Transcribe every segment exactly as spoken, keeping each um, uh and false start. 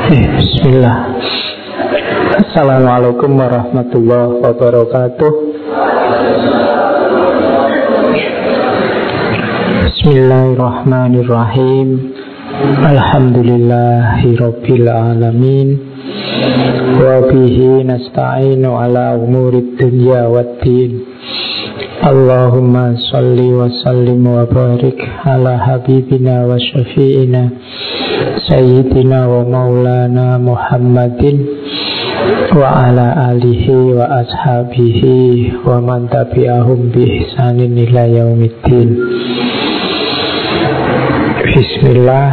Bismillah. Assalamualaikum warahmatullahi wabarakatuh. Bismillahirrahmanirrahim. Alhamdulillahirabbil alamin. Wa bihi nasta'inu ala umurid dunya waddin. Allahumma salli wa sallim wa barik ala habibina wa syafi'ina Sayyidina wa maulana Muhammadin wa ala alihi wa ashabihi wa man tabi'ahum bi ihsanin ila yaumiddin. Bismillah.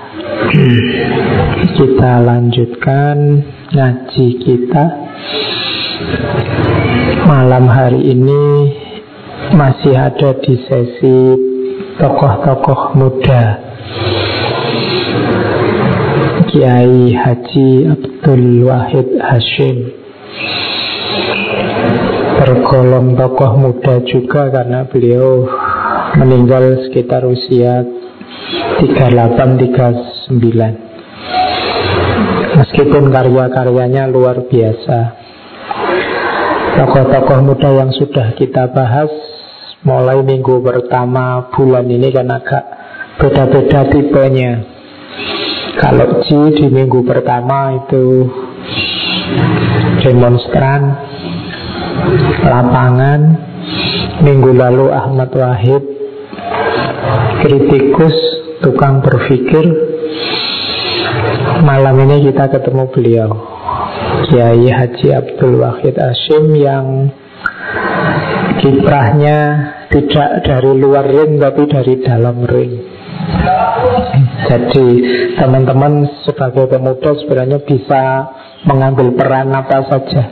Kita lanjutkan ngaji kita. Malam hari ini masih ada di sesi tokoh-tokoh muda. Kiai Haji Abdul Wahid Hasyim tergolong tokoh muda juga karena beliau meninggal sekitar usia tiga puluh delapan tiga puluh sembilan. Meskipun karya-karyanya luar biasa. Tokoh-tokoh muda yang sudah kita bahas mulai minggu pertama bulan ini kan agak beda-beda tipenya. Kalau Ji di minggu pertama itu demonstran, lapangan. Minggu lalu Ahmad Wahid, kritikus, tukang berpikir. Malam ini kita ketemu beliau, Kiai Haji Abdul Wahid Hasyim, yang kiprahnya tidak dari luar ring tapi dari dalam ring. Jadi teman-teman sebagai pemuda sebenarnya bisa mengambil peran apa saja.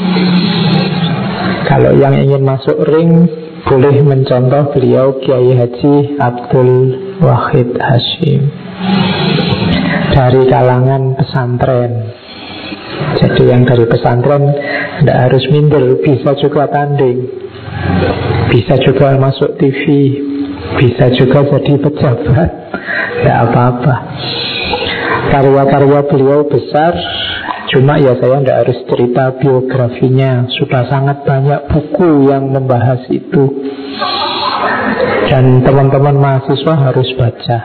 Kalau yang ingin masuk ring boleh mencontoh beliau, Kiai Haji Abdul Wahid Hasyim, dari kalangan pesantren. Jadi yang dari pesantren tidak harus minder, bisa juga tanding, bisa juga masuk T V, bisa juga jadi pejabat, tidak apa-apa. Karya-karya beliau besar, cuma ya saya tidak harus cerita biografinya. Sudah sangat banyak buku yang membahas itu, dan teman-teman mahasiswa harus baca.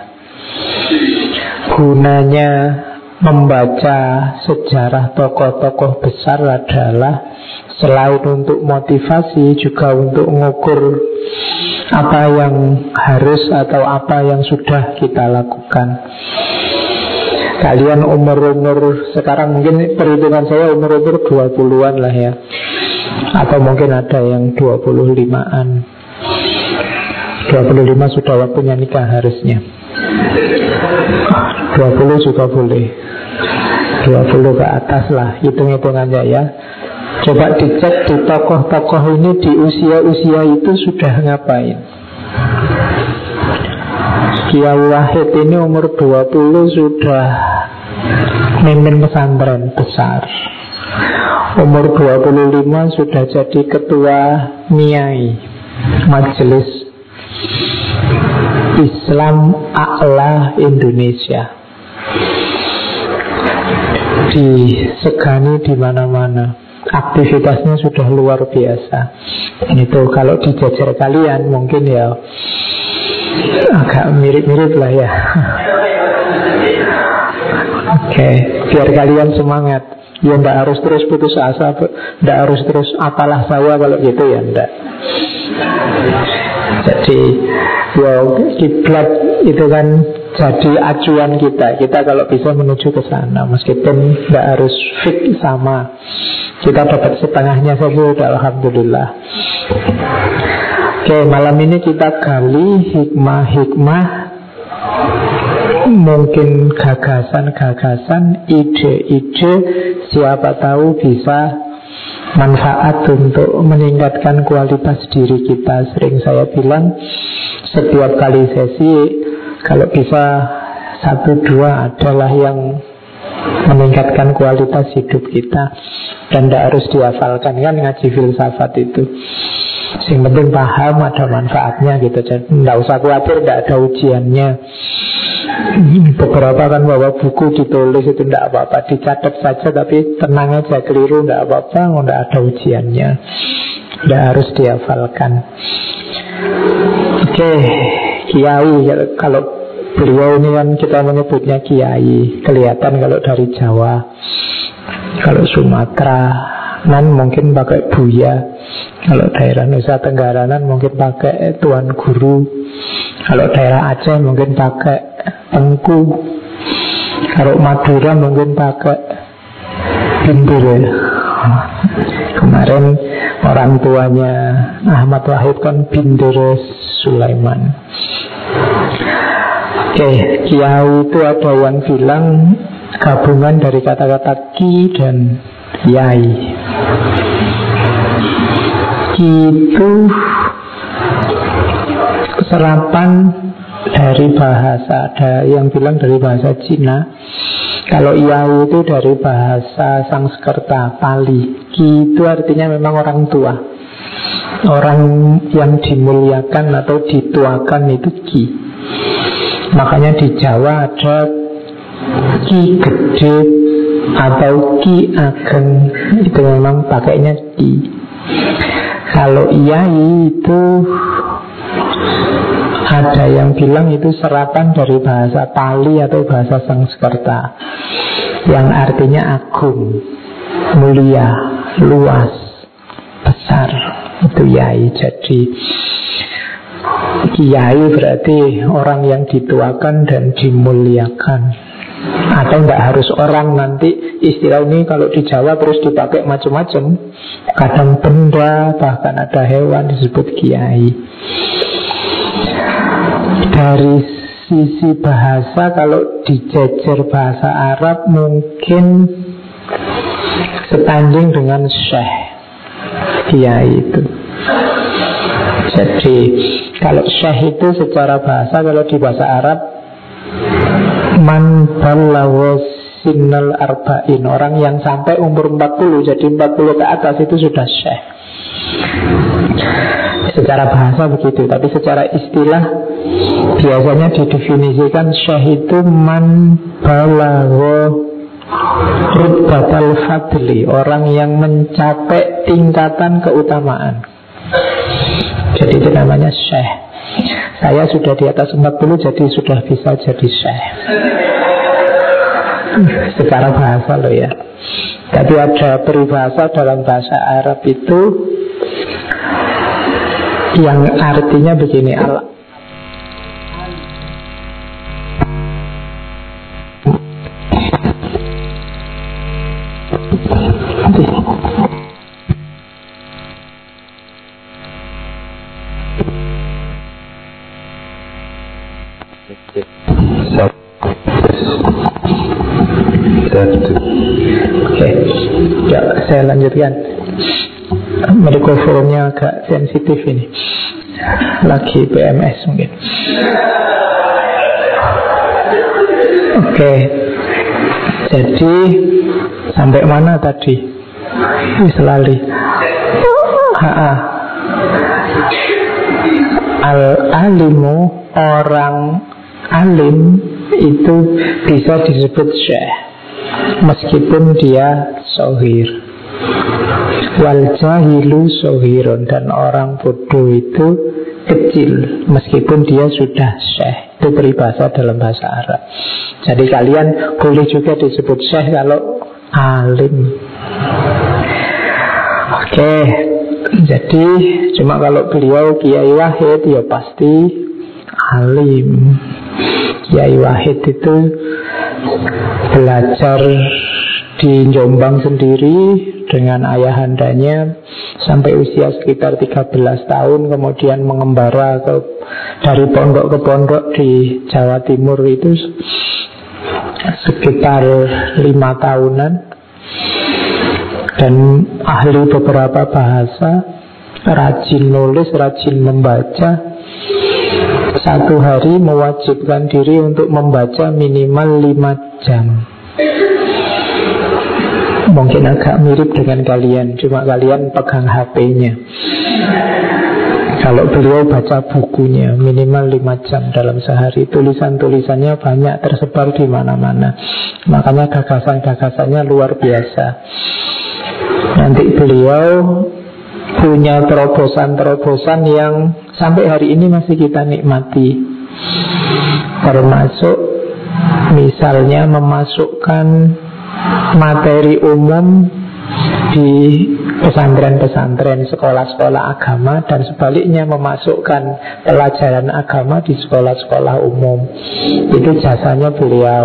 Gunanya membaca sejarah tokoh-tokoh besar adalah selain untuk motivasi, juga untuk mengukur apa yang harus atau apa yang sudah kita lakukan. Kalian umur-umur sekarang, mungkin perhitungan saya umur-umur dua puluhan lah ya, atau mungkin ada yang dua puluh limaan. dua puluh lima sudah waktunya nikah harusnya. Dua puluh juga boleh, dua puluh ke atas lah, hitung-hitungannya ya. Coba dicek di tokoh-tokoh ini di usia-usia itu sudah ngapain. Kiai Wahid ini umur dua puluh sudah mimpin pesantren besar. Umur dua puluh lima sudah jadi ketua M I A I, Majelis Islam A'la Indonesia. Disegani di mana-mana. Aktivitasnya sudah luar biasa. Itu kalau dijajar kalian mungkin ya agak mirip-mirip lah ya. Oke, okay. Biar kalian semangat. Ya ndak harus terus putus asa, ndak harus terus apalah saya kalau gitu ya ndak. Jadi ya kiblat itu kan jadi acuan kita. Kita kalau bisa menuju ke sana, meskipun ndak harus fix sama. Kita dapat setengahnya saja sudah alhamdulillah. Oke, malam ini kita gali hikmah-hikmah, mungkin gagasan-gagasan, ide-ide, siapa tahu bisa manfaat untuk meningkatkan kualitas diri kita. Sering saya bilang, setiap kali sesi, kalau bisa satu dua adalah yang meningkatkan kualitas hidup kita. Dan tidak harus dihafalkan, kan ngaji filsafat itu. Yang penting paham, ada manfaatnya gitu. Jadi tidak usah khawatir, tidak ada ujiannya. Beberapa kan bawa buku ditulis, itu tidak apa-apa, dicatat saja, tapi tenang aja, keliru tidak apa-apa, tidak ada ujiannya, tidak harus dihafalkan. Oke, kiai, kalau beliau ini kan kita menyebutnya kiai, kelihatan kalau dari Jawa. Kalau Sumatera nan mungkin pakai buya, kalau daerah Nusa Tenggara nan mungkin pakai tuan guru, kalau daerah Aceh mungkin pakai tengku, kalau Madura mungkin pakai bindur ya. Kemarin orang tuanya Ahmad Wahid kan bindur Sulaiman. Oke, kiai itu ada yang bilang gabungan dari kata-kata ki dan yai. Ki itu serapan dari bahasa, ada yang bilang dari bahasa Cina. Kalau yai itu dari bahasa Sanskerta, Pali. Ki itu artinya memang orang tua, orang yang dimuliakan atau dituakan itu ki. Makanya di Jawa ada Ki Gede atau Ki Ageng, itu memang pakainya ki. Kalau yai itu ada yang bilang itu serapan dari bahasa Pali atau bahasa Sanskerta yang artinya agung, mulia, luas, besar. Itu yai. Jadi kiai berarti orang yang dituakan dan dimuliakan. Atau tidak harus orang, nanti istilah ini kalau di Jawa terus dipakai macam-macam. Kadang benda, bahkan ada hewan disebut kiai. Dari sisi bahasa, kalau dijejer bahasa Arab mungkin setanding dengan syekh, kiai itu. Jadi kalau syekh itu secara bahasa, kalau di bahasa Arab man balagha sinnal arba'in, orang yang sampai umur empat puluh, jadi empat puluh ke atas itu sudah syekh. Secara bahasa begitu, tapi secara istilah biasanya didefinisikan syekh itu man balagha rutbatal fadli, orang yang mencapai tingkatan keutamaan. Jadi itu namanya syekh. Saya sudah di atas empat puluh, jadi sudah bisa jadi syekh. Secara bahasa loh ya. Tapi ada peribahasa dalam bahasa Arab itu yang artinya begini, al Oke, ya, saya lanjutkan. Mikrofonnya agak sensitif ini, lagi P M S mungkin. Oke, jadi sampai mana tadi? Wis lali. Ha-ha. Al-alimu, orang alim itu bisa disebut syekh meskipun dia sohir. Wal jahilu sohirun, dan orang bodoh itu kecil meskipun dia sudah syekh. Itu peribahasa dalam bahasa Arab. Jadi kalian boleh juga disebut syekh kalau alim. Oke, jadi cuma kalau beliau Kiai Wahid ya pasti alim. Kiai Wahid itu belajar di Jombang sendiri dengan ayahandanya sampai usia sekitar tiga belas tahun, kemudian mengembara ke, dari pondok ke pondok di Jawa Timur itu sekitar lima tahunan, dan ahli beberapa bahasa, rajin nulis, rajin membaca. Satu hari mewajibkan diri untuk membaca minimal lima jam. Mungkin agak mirip dengan kalian, cuma kalian pegang H P-nya. Kalau beliau baca bukunya minimal lima jam dalam sehari, tulisan-tulisannya banyak tersebar di mana-mana. Makanya gagasan-gagasannya luar biasa. Nanti beliau punya terobosan-terobosan yang sampai hari ini masih kita nikmati. Termasuk misalnya memasukkan materi umum di pesantren-pesantren, sekolah-sekolah agama, dan sebaliknya memasukkan pelajaran agama di sekolah-sekolah umum. Itu jasanya beliau.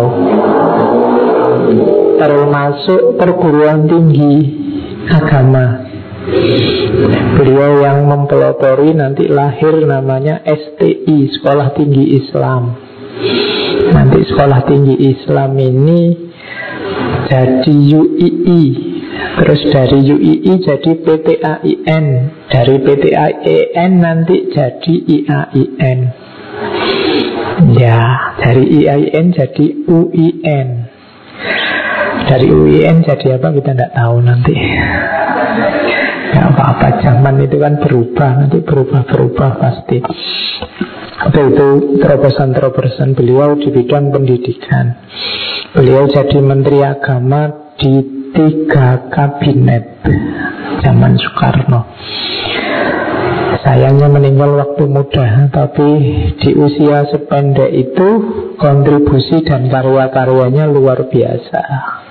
Termasuk perguruan tinggi agama. Beliau yang mempelopori, nanti lahir namanya S T I, Sekolah Tinggi Islam. Nanti Sekolah Tinggi Islam ini jadi U I I, terus dari U I I jadi P T A I N, dari P T A I N nanti jadi I A I N. Ya, dari I A I N jadi U I N. Dari U I N jadi apa kita tidak tahu nanti. Gak apa-apa, zaman itu kan berubah, nanti berubah-berubah pasti. Itu, itu terobosan-terobosan beliau di bidang pendidikan. Beliau jadi Menteri Agama di tiga kabinet zaman Soekarno. Sayangnya meninggal waktu muda, tapi di usia sependek itu kontribusi dan karya-karyanya luar biasa.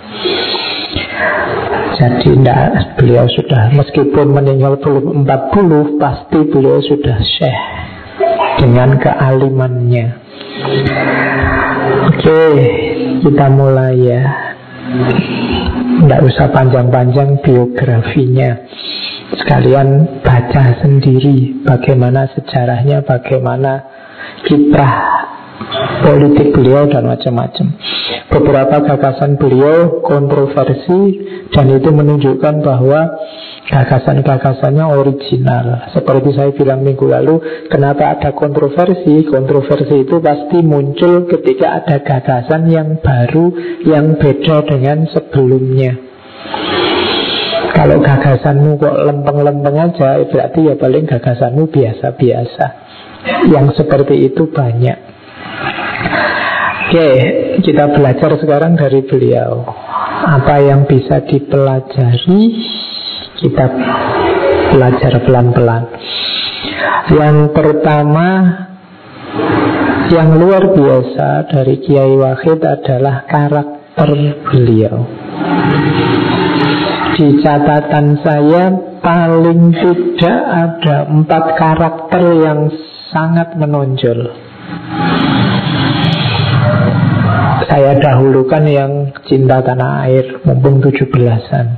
Jadi enggak, beliau sudah, meskipun meninggal belum empat puluh, pasti beliau sudah syekh dengan kealimannya. Oke, kita mulai ya. Enggak usah panjang-panjang biografinya. Sekalian baca sendiri bagaimana sejarahnya, bagaimana kiprah politik beliau dan macam-macam. Beberapa gagasan beliau kontroversi, dan itu menunjukkan bahwa gagasan-gagasannya original. Seperti saya bilang minggu lalu, kenapa ada kontroversi? Kontroversi itu pasti muncul ketika ada gagasan yang baru, yang beda dengan sebelumnya. Kalau gagasanmu kok lempeng-lempeng aja, berarti ya paling gagasanmu biasa-biasa. Yang seperti itu banyak. Oke, kita belajar sekarang dari beliau. Apa yang bisa dipelajari, kita belajar pelan-pelan. Yang pertama, yang luar biasa dari Kiai Wahid adalah karakter beliau. Di catatan saya paling tidak ada empat karakter yang sangat menonjol. Saya dahulukan yang cinta tanah air, mumpung tujuh belasan.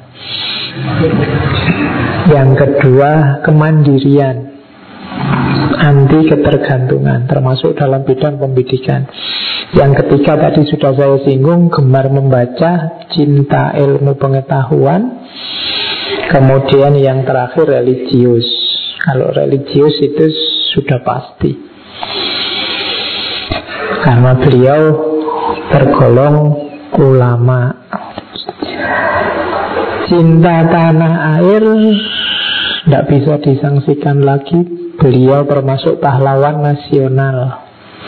Yang kedua, kemandirian, anti ketergantungan, termasuk dalam bidang pendidikan. Yang ketiga tadi sudah saya singgung, gemar membaca, cinta ilmu pengetahuan. Kemudian yang terakhir religius. Kalau religius itu sudah pasti, karena beliau tergolong ulama. Cinta tanah air tidak bisa disangsikan lagi. Beliau termasuk pahlawan nasional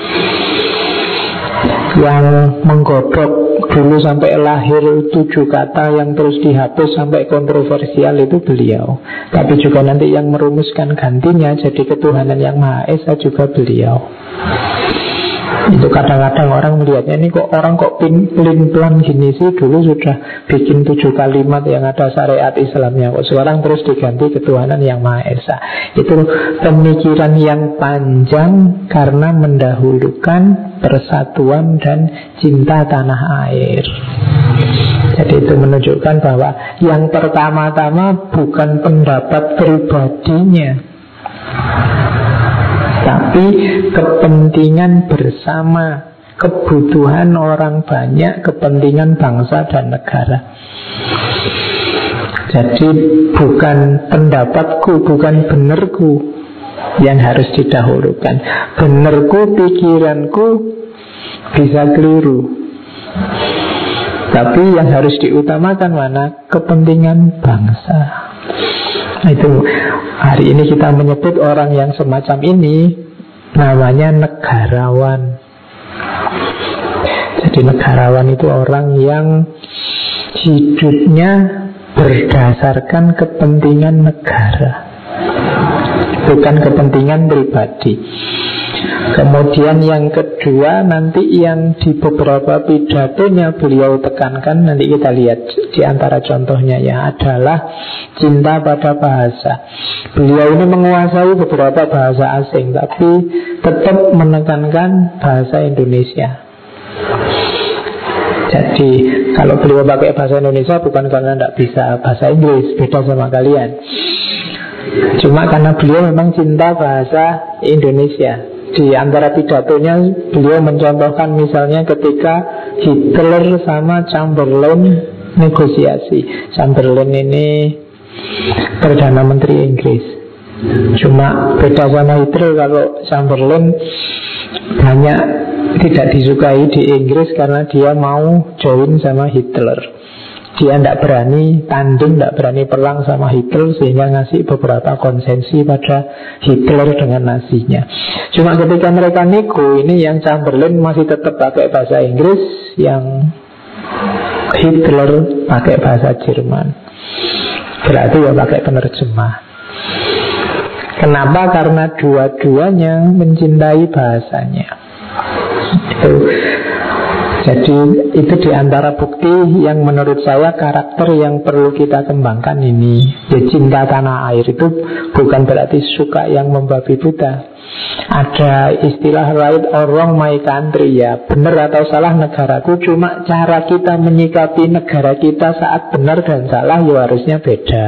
yang menggodok dulu sampai lahir tujuh kata yang terus dihapus sampai kontroversial itu beliau. Tapi juga nanti yang merumuskan gantinya jadi ketuhanan yang Maha Esa juga beliau. Itu kadang-kadang orang melihatnya, ini kok orang kok pelin-pelan gini sih. Dulu sudah bikin tujuh kalimat yang ada syariat Islamnya, kok sekarang terus diganti ketuhanan yang Maha Esa. Itu pemikiran yang panjang karena mendahulukan persatuan dan cinta tanah air. Jadi itu menunjukkan bahwa yang pertama-tama bukan pendapat pribadinya, tapi kepentingan bersama, kebutuhan orang banyak, kepentingan bangsa dan negara. Jadi bukan pendapatku, bukan benerku yang harus didahulukan. Benerku, pikiranku bisa keliru, tapi yang harus diutamakan mana? Kepentingan bangsa. Itu hari ini kita menyebut orang yang semacam ini namanya negarawan. Jadi negarawan itu orang yang hidupnya berdasarkan kepentingan negara, bukan kepentingan pribadi. Kemudian yang kedua, nanti yang di beberapa pidatonya beliau tekankan, nanti kita lihat di antara contohnya ya, adalah cinta pada bahasa. Beliau ini menguasai beberapa bahasa asing, tapi tetap menekankan bahasa Indonesia. Jadi kalau beliau pakai bahasa Indonesia bukan karena tidak bisa bahasa Inggris, beda sama kalian. Cuma karena beliau memang cinta bahasa Indonesia. Di antara pidatonya beliau mencontohkan misalnya ketika Hitler sama Chamberlain negosiasi. Chamberlain ini Perdana Menteri Inggris. Cuma beda sama Hitler, kalau Chamberlain banyak tidak disukai di Inggris karena dia mau join sama Hitler. Dia tidak berani tanding, tidak berani perang sama Hitler, sehingga ngasih beberapa konsesi pada Hitler dengan Nazinya. Cuma ketika mereka nego, ini yang Chamberlain masih tetap pakai bahasa Inggris, yang Hitler pakai bahasa Jerman. Berarti ya pakai penerjemah. Kenapa? Karena dua-duanya mencintai bahasanya. Itu. Jadi itu diantara bukti yang menurut saya karakter yang perlu kita kembangkan ini. Ya, cinta tanah air itu bukan berarti suka yang membabi buta. Ada istilah right or wrong my country, ya benar atau salah negaraku. Cuma cara kita menyikapi negara kita saat benar dan salah ya harusnya beda.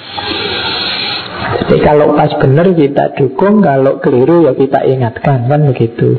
Jadi kalau pas benar kita dukung, kalau keliru ya kita ingatkan, kan begitu.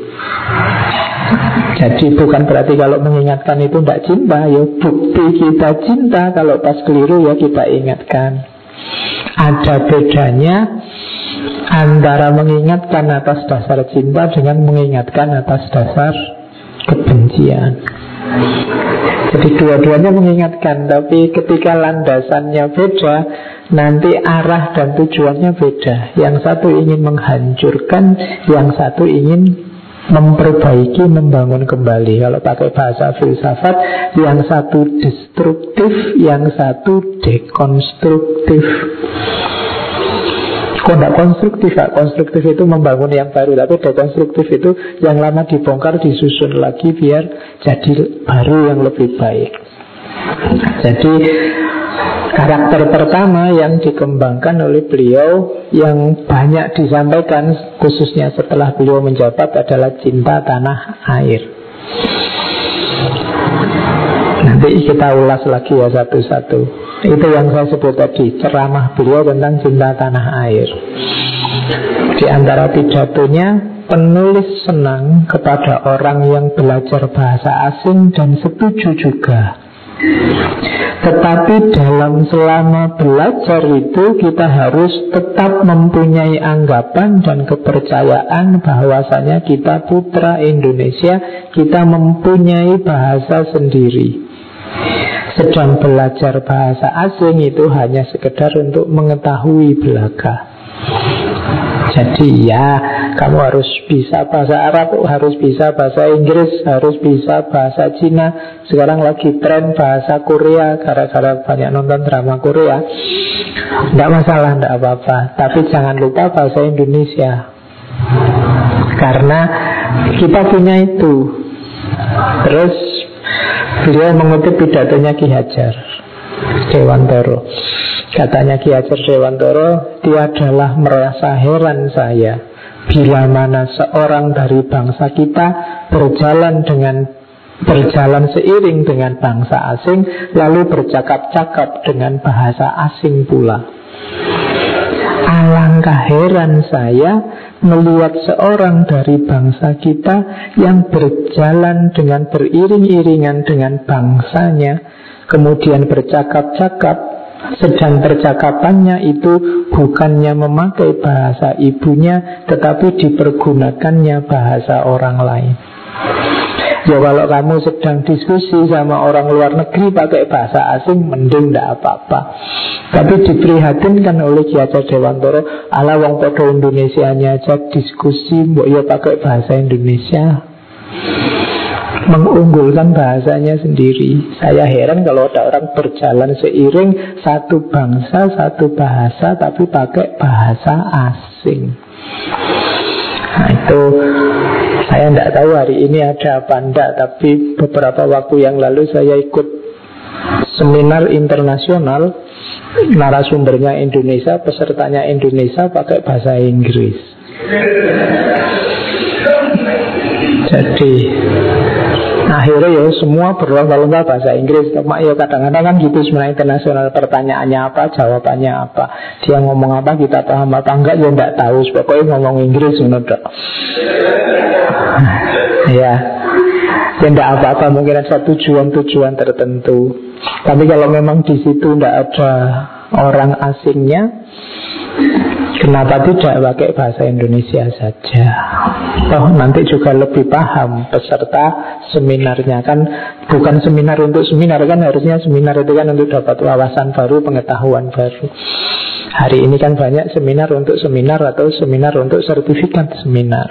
Jadi bukan berarti kalau mengingatkan itu tidak cinta. Ya bukti kita cinta, kalau pas keliru ya kita ingatkan. Ada bedanya antara mengingatkan atas dasar cinta dengan mengingatkan atas dasar kebencian. Jadi dua-duanya mengingatkan, tapi ketika landasannya beda, nanti arah dan tujuannya beda. Yang satu ingin menghancurkan, yang satu ingin memperbaiki, membangun kembali. Kalau pakai bahasa filsafat, yang satu destruktif, yang satu dekonstruktif. Kok tidak konstruktif? Pak? Konstruktif itu membangun yang baru, tapi dekonstruktif itu yang lama dibongkar, disusun lagi biar jadi baru yang lebih baik. Jadi karakter pertama yang dikembangkan oleh beliau, yang banyak disampaikan khususnya setelah beliau menjabat, adalah cinta tanah air. Nanti kita ulas lagi ya satu-satu. Itu yang saya sebut tadi, ceramah beliau tentang cinta tanah air. Di antara pidatonya, penulis senang kepada orang yang belajar bahasa asing dan setuju juga. Tetapi dalam selama belajar itu kita harus tetap mempunyai anggapan dan kepercayaan bahwasanya kita putra Indonesia, kita mempunyai bahasa sendiri. Sedang belajar bahasa asing itu hanya sekedar untuk mengetahui belaka. Jadi ya, kamu harus bisa bahasa Arab, harus bisa bahasa Inggris, harus bisa bahasa Cina. Sekarang lagi tren bahasa Korea gara-gara banyak nonton drama Korea. Tidak masalah, tidak apa-apa. Tapi jangan lupa bahasa Indonesia, karena kita punya itu. Terus beliau mengutip pidatonya Ki Hajar Dewantoro. Katanya Ki Hajar Dewantoro, tiadalah merasa heran saya bila mana seorang dari bangsa kita berjalan dengan berjalan seiring dengan bangsa asing, lalu bercakap-cakap dengan bahasa asing pula. Alangkah heran saya melihat seorang dari bangsa kita yang berjalan dengan beriring-iringan dengan bangsanya, kemudian bercakap-cakap, sedang percakapannya itu bukannya memakai bahasa ibunya, tetapi dipergunakannya bahasa orang lain. Ya kalau kamu sedang diskusi sama orang luar negeri pakai bahasa asing, mending tidak apa-apa. Tapi diprihatinkan oleh Ki Hajar Dewantara, ala wong podo Indonesianya aja diskusi, mbok ya pakai bahasa Indonesia, mengunggulkan bahasanya sendiri. Saya heran kalau ada orang berjalan seiring, satu bangsa, satu bahasa, tapi pakai bahasa asing. Nah itu saya tidak tahu hari ini ada apa enggak, tapi beberapa waktu yang lalu saya ikut seminar internasional, narasumbernya Indonesia, pesertanya Indonesia, pakai bahasa Inggris. Jadi akhirnya ya semua berlomba-lomba bahasa Inggris. Cuma ya kadang-kadang kan gitu sebenarnya internasional, pertanyaannya apa, jawabannya apa, dia ngomong apa, kita paham apa enggak, ya enggak tahu. Pokoknya ngomong Inggris menurut ya, ya enggak apa-apa, mungkin ada tujuan-tujuan tertentu. Tapi kalau memang di situ enggak ada orang asingnya, kenapa tidak pakai bahasa Indonesia saja? Oh, nanti juga lebih paham peserta seminarnya. Kan bukan seminar untuk seminar, kan harusnya seminar itu kan untuk dapat wawasan baru, pengetahuan baru. Hari ini kan banyak seminar untuk seminar atau seminar untuk sertifikat seminar.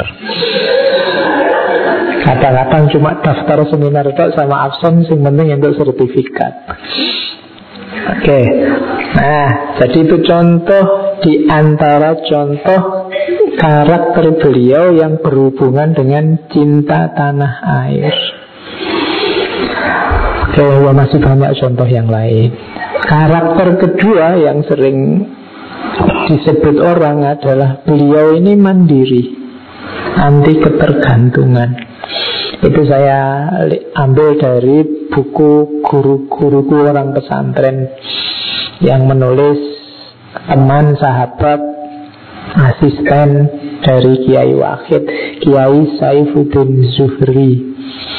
Kadang-kadang cuma daftar seminar itu sama absen, yang penting untuk sertifikat. Oke, okay. Nah, jadi itu contoh di antara contoh karakter beliau yang berhubungan dengan cinta tanah air. Oke, okay, masih banyak contoh yang lain. Karakter kedua yang sering disebut orang adalah beliau ini mandiri, anti ketergantungan. Itu saya ambil dari buku guru-guruku orang pesantren yang menulis teman, sahabat, asisten dari Kiai Wahid, Kiai Saifuddin Zuhri,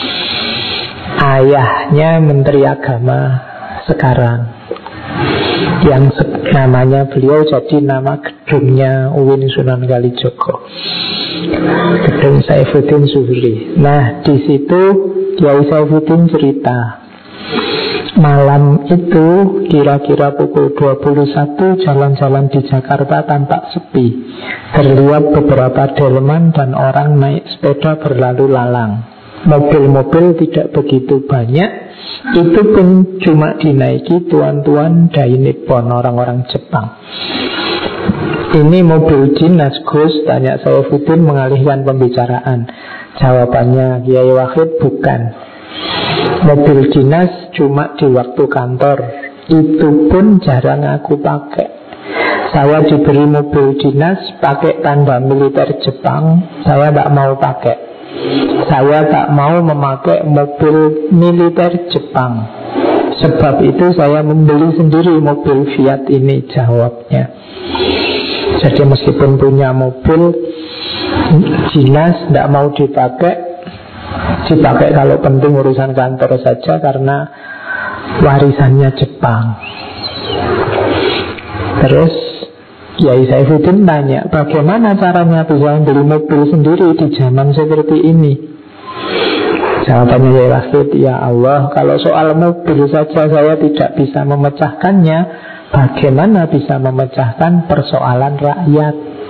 ayahnya Menteri Agama sekarang, yang namanya beliau jadi nama gedungnya U I N Sunan Kalijogo, Gedung Saifuddin Zuhri. Nah, di situ Kiai Saifuddin cerita, malam itu kira-kira pukul dua puluh satu, jalan-jalan di Jakarta tampak sepi. Terlihat beberapa delman dan orang naik sepeda berlalu lalang. Mobil-mobil tidak begitu banyak. Itu pun cuma dinaiki tuan-tuan dai Nippon, orang-orang Jepang. Ini mobil dinas Gus? Tanya Saifuddin mengalihkan pembicaraan. Jawabannya Kiai Wahid, bukan. Mobil dinas cuma di waktu kantor. Itu pun jarang aku pakai. Saya diberi mobil dinas pakai tanda militer Jepang, saya tak mau pakai. Saya tak mau memakai mobil militer Jepang. Sebab itu saya membeli sendiri mobil Fiat ini, jawabnya. Jadi meskipun punya mobil dinas, tidak mau dipakai, dipakai kalau penting urusan kantor saja, karena warisannya Jepang. Terus Kiai Saifuddin tanya, bagaimana caranya bisa membeli mobil sendiri di zaman seperti ini? Jawabannya Kiai Wahid, ya Allah, kalau soal mobil saja saya tidak bisa memecahkannya, bagaimana bisa memecahkan persoalan rakyat?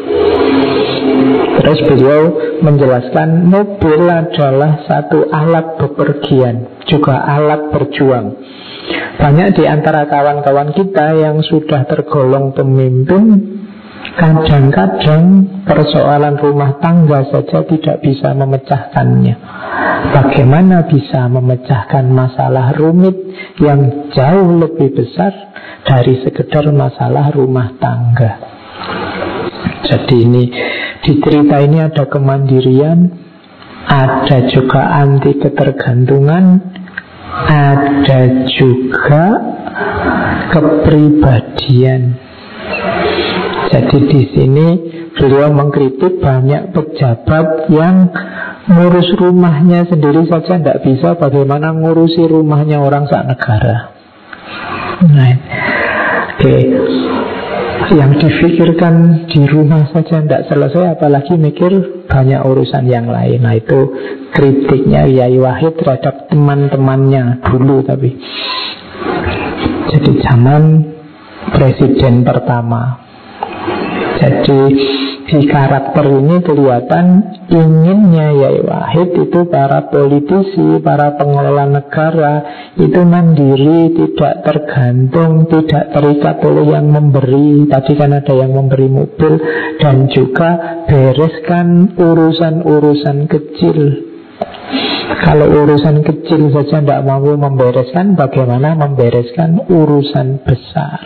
Terus beliau menjelaskan, mobil adalah satu alat bepergian, juga alat berjuang. Banyak di antara kawan-kawan kita yang sudah tergolong pemimpin, kadang-kadang persoalan rumah tangga saja tidak bisa memecahkannya. Bagaimana bisa memecahkan masalah rumit yang jauh lebih besar dari sekedar masalah rumah tangga? Jadi ini, di cerita ini ada kemandirian, ada juga anti ketergantungan, ada juga kepribadian. Jadi di sini beliau mengkritik banyak pejabat yang ngurus rumahnya sendiri saja tidak bisa, bagaimana ngurusi rumahnya orang sak negara. Nah, oke. Okay. Yang difikirkan di rumah saja tidak selesai, apalagi mikir banyak urusan yang lain. Nah itu kritiknya Yai Wahid terhadap teman-temannya dulu. Tapi jadi zaman presiden pertama. Jadi di karakter ini kelihatan inginnya Yai Wahid itu para politisi, para pengelola negara itu mandiri, tidak tergantung, tidak terikat oleh yang memberi. Tadi kan ada yang memberi mobil. Dan juga bereskan urusan-urusan kecil. Kalau urusan kecil saja tidak mampu membereskan, bagaimana membereskan urusan besar?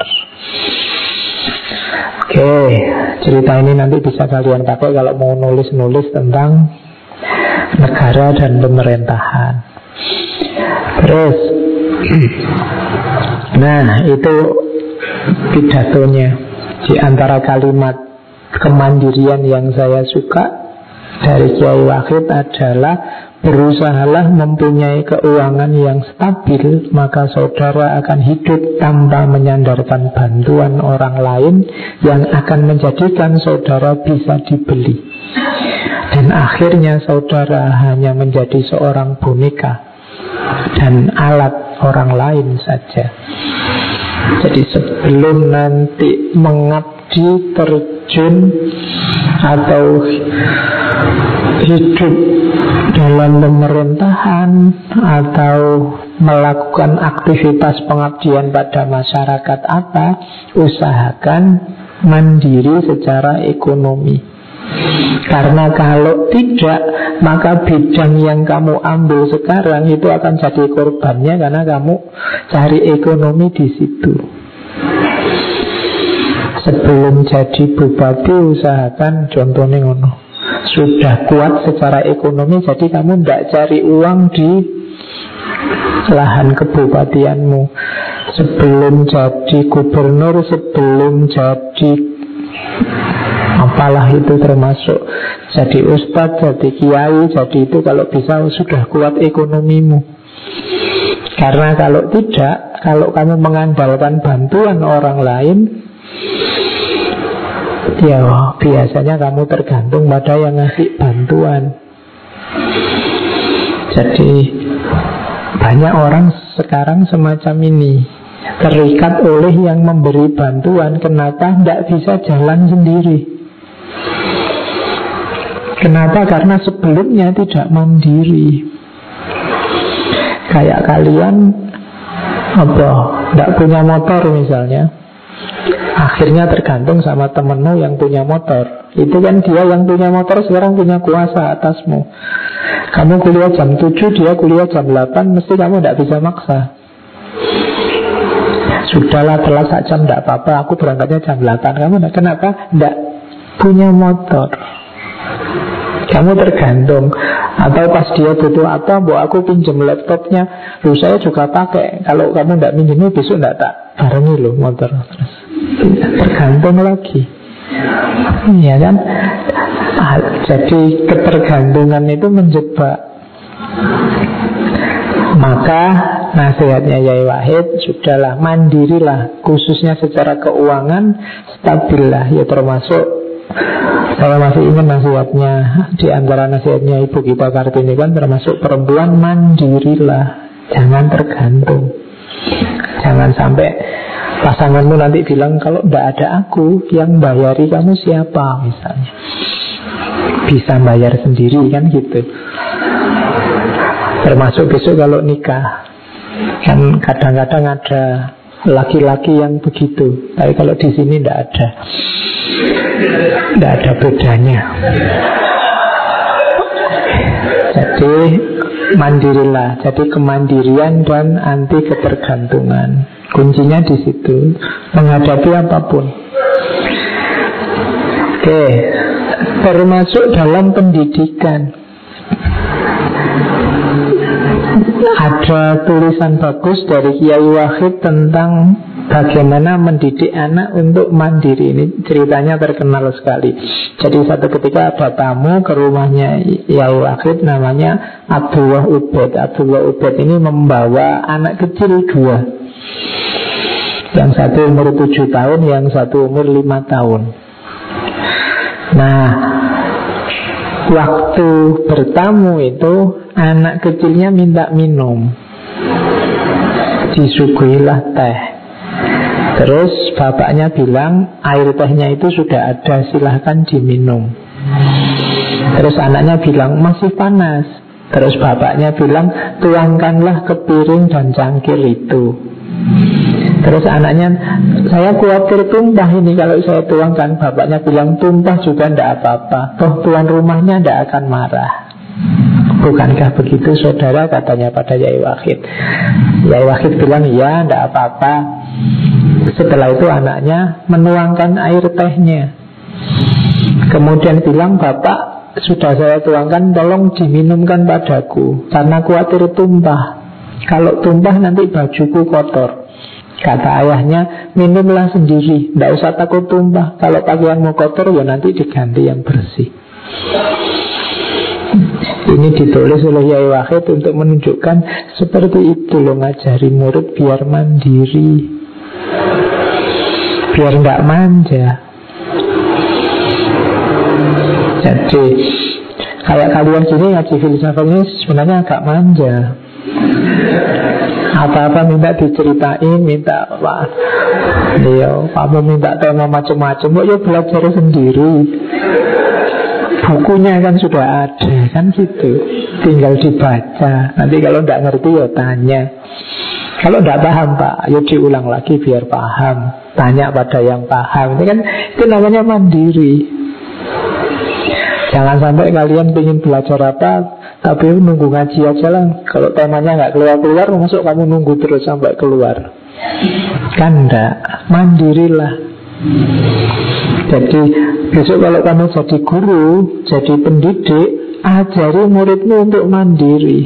Oke, cerita ini nanti bisa kalian pakai kalau mau nulis-nulis tentang negara dan pemerintahan. Terus, nah itu pidatonya. Di antara kalimat kemandirian yang saya suka dari Kiai Wahid adalah berusahalah mempunyai keuangan yang stabil, maka saudara akan hidup tanpa menyandarkan bantuan orang lain yang akan menjadikan saudara bisa dibeli. Dan akhirnya saudara hanya menjadi seorang boneka dan alat orang lain saja. Jadi sebelum nanti mengabdi, terjun atau hidup dalam pemerintahan atau melakukan aktivitas pengabdian pada masyarakat apa, usahakan mandiri secara ekonomi. Karena kalau tidak, maka bidang yang kamu ambil sekarang itu akan jadi korbannya, karena kamu cari ekonomi di situ. Sebelum jadi bupati, usahakan contohnya ngono, sudah kuat secara ekonomi, jadi kamu tidak cari uang di lahan kebupatianmu. Sebelum jadi gubernur, sebelum jadi apalah itu, termasuk jadi ustadz, jadi kiai, jadi itu kalau bisa sudah kuat ekonomimu. Karena kalau tidak, kalau kamu mengandalkan bantuan orang lain, ya biasanya kamu tergantung pada yang ngasih bantuan. Jadi banyak orang sekarang semacam ini, terikat oleh yang memberi bantuan. Kenapa tidak bisa jalan sendiri? Kenapa? Karena sebelumnya tidak mandiri. Kayak kalian apa, tidak punya motor misalnya, akhirnya tergantung sama temenmu yang punya motor. Itu kan dia yang punya motor sekarang punya kuasa atasmu. Kamu kuliah jam tujuh, dia kuliah jam delapan, mesti kamu tidak bisa maksa. Sudahlah telat sak jam, tidak apa-apa, aku berangkatnya jam delapan. Kamu tidak, kenapa? Tidak punya motor. Kamu tergantung. Atau pas dia butuh apa, bu aku pinjam laptopnya, lu saya juga pakai. Kalau kamu tidak minjemnya, besok tidak tak barengi loh motor. Terus tergantung lagi, ya kan? Ah, jadi ketergantungan itu menjebak. Maka nasihatnya Yai Wahid, sudahlah mandirilah, khususnya secara keuangan, stabillah. Ya termasuk saya masih ingat nasihatnya, di antara nasihatnya Ibu Gita Kartini kan termasuk perempuan, mandirilah, jangan tergantung. Jangan sampai pasanganmu nanti bilang, kalau tidak ada aku, yang bayari kamu siapa misalnya. Bisa bayar sendiri kan gitu. Termasuk besok kalau nikah, kan kadang-kadang ada laki-laki yang begitu, tapi kalau di sini tidak ada. Tidak ada bedanya. Jadi mandirilah. Jadi kemandirian dan anti ketergantungan, kuncinya di situ, menghadapi apapun. Oke, termasuk dalam pendidikan. Ada tulisan bagus dari Kiai Wahid tentang bagaimana mendidik anak untuk mandiri. Ini ceritanya terkenal sekali. Jadi satu ketika ada tamu ke rumahnya Yai Wahid, namanya Abdullah Ubed. Abdullah Ubed ini membawa anak kecil dua. Yang satu umur tujuh tahun, yang satu umur lima tahun. Nah, waktu bertamu itu anak kecilnya minta minum, disuguhilah teh. Terus bapaknya bilang air tehnya itu sudah ada, silahkan diminum. Terus anaknya bilang masih panas. Terus bapaknya bilang tuangkanlah ke piring dan cangkir itu. Terus anaknya, saya khawatir tumpah ini kalau saya tuangkan. Bapaknya bilang tumpah juga tidak apa-apa, toh tuan rumahnya tidak akan marah. Bukankah begitu saudara, katanya pada Yai Wahid. Yai Wahid bilang iya, tidak apa-apa. Setelah itu anaknya menuangkan air tehnya, kemudian bilang, bapak sudah saya tuangkan, tolong diminumkan padaku, karena khawatir tumpah. Kalau tumpah nanti bajuku kotor. Kata ayahnya, minumlah sendiri, tidak usah takut tumpah. Kalau pakaianmu kotor, ya nanti diganti yang bersih. Ini ditulis oleh Yai Wahid untuk menunjukkan seperti itu loh, ngajari murid biar mandiri, biar tidak manja. Jadi kayak kalian sini ngaji filsafat ini sebenarnya agak manja. Apa-apa minta diceritain, minta apa, iya, kamu minta tema macam-macam, kok ya belajar sendiri. Bukunya kan sudah ada, kan gitu. Tinggal dibaca. Nanti kalau tidak ngerti ya tanya. Kalau tidak paham pak, ayo diulang lagi biar paham. Tanya pada yang paham. Ini kan itu namanya mandiri. Jangan sampai kalian ingin belajar apa tapi nunggu ngaji aja lah. Kalau temanya nggak keluar-keluar, masuk kamu nunggu terus sampai keluar. Kan enggak, mandirilah. Jadi besok kalau kamu jadi guru, jadi pendidik, ajari muridmu untuk mandiri.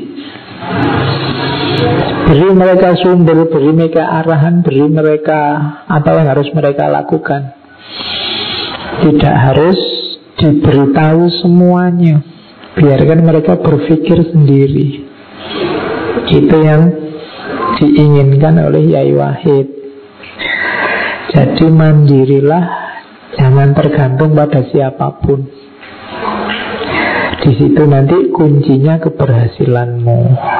Beri mereka sumber, beri mereka arahan, beri mereka apa yang harus mereka lakukan. Tidak harus diberitahu semuanya, biarkan mereka berpikir sendiri. Itu yang diinginkan oleh Yai Wahid. Jadi mandirilah, jangan tergantung pada siapapun. Di situ nanti kuncinya keberhasilanmu.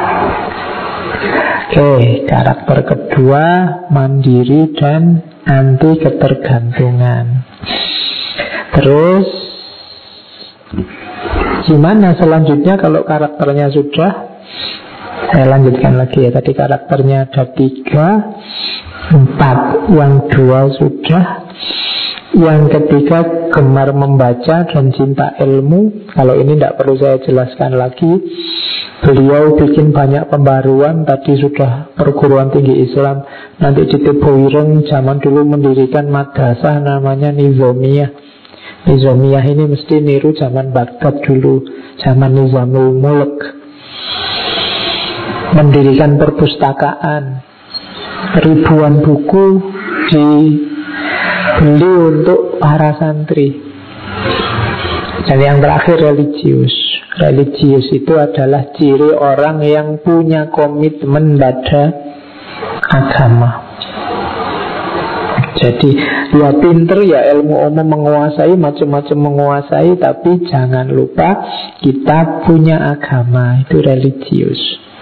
Oke, karakter kedua, mandiri dan anti ketergantungan. Terus gimana selanjutnya kalau karakternya sudah? Saya lanjutkan lagi ya. Tadi karakternya ada tiga, empat, yang dua sudah. Yang ketiga gemar membaca dan cinta ilmu. Kalau ini tidak perlu saya jelaskan lagi. Beliau bikin banyak pembaruan. Tadi sudah perguruan tinggi Islam. Nanti di Tebuireng zaman dulu mendirikan madrasah namanya Nizamiyah. Nizamiyah ini mesti niru zaman Baghdad dulu, zaman Nizamul Mulk. Mendirikan perpustakaan, ribuan buku dibeli untuk para santri. Dan yang terakhir religius. Religius itu adalah ciri orang yang punya komitmen pada agama. Jadi ya pinter, ya ilmu umum menguasai, macam-macam menguasai, tapi jangan lupa kita punya agama, itu religius.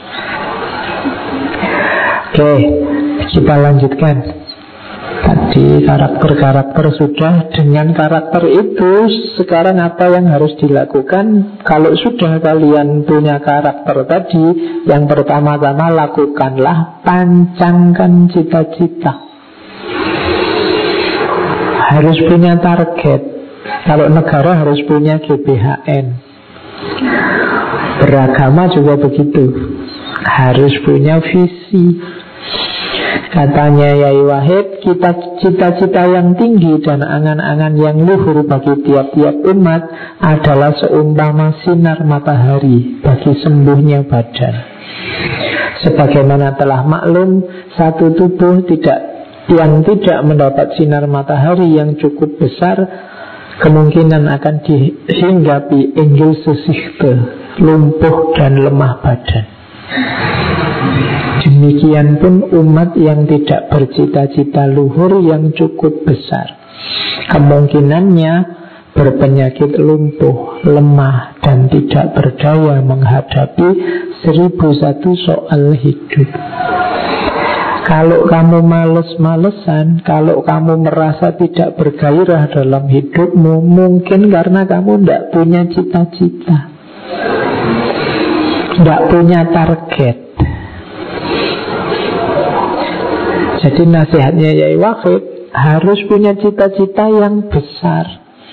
Oke, kita lanjutkan. Tadi karakter-karakter sudah. Dengan karakter itu sekarang apa yang harus dilakukan? Kalau sudah kalian punya karakter tadi, yang pertama-tama lakukanlah pancangkan cita-cita. Harus punya target. Kalau negara harus punya G B H N. Beragama juga begitu, harus punya visi. Katanya Yai Wahid, kita cita-cita yang tinggi dan angan-angan yang luhur bagi tiap-tiap umat adalah seumpama sinar matahari bagi sembuhnya badan. Sebagaimana telah maklum, satu tubuh tidak yang tidak mendapat sinar matahari yang cukup besar kemungkinan akan dihinggapi Engel sesichte, lumpuh dan lemah badan. Demikian pun umat yang tidak bercita-cita luhur yang cukup besar, kemungkinannya berpenyakit lumpuh, lemah, dan tidak berdaya menghadapi seribu satu soal hidup. Kalau kamu males-malesan, kalau kamu merasa tidak bergairah dalam hidupmu, mungkin karena kamu tidak punya cita-cita, tidak punya target. Jadi nasihatnya Yai Wahid, harus punya cita-cita yang besar.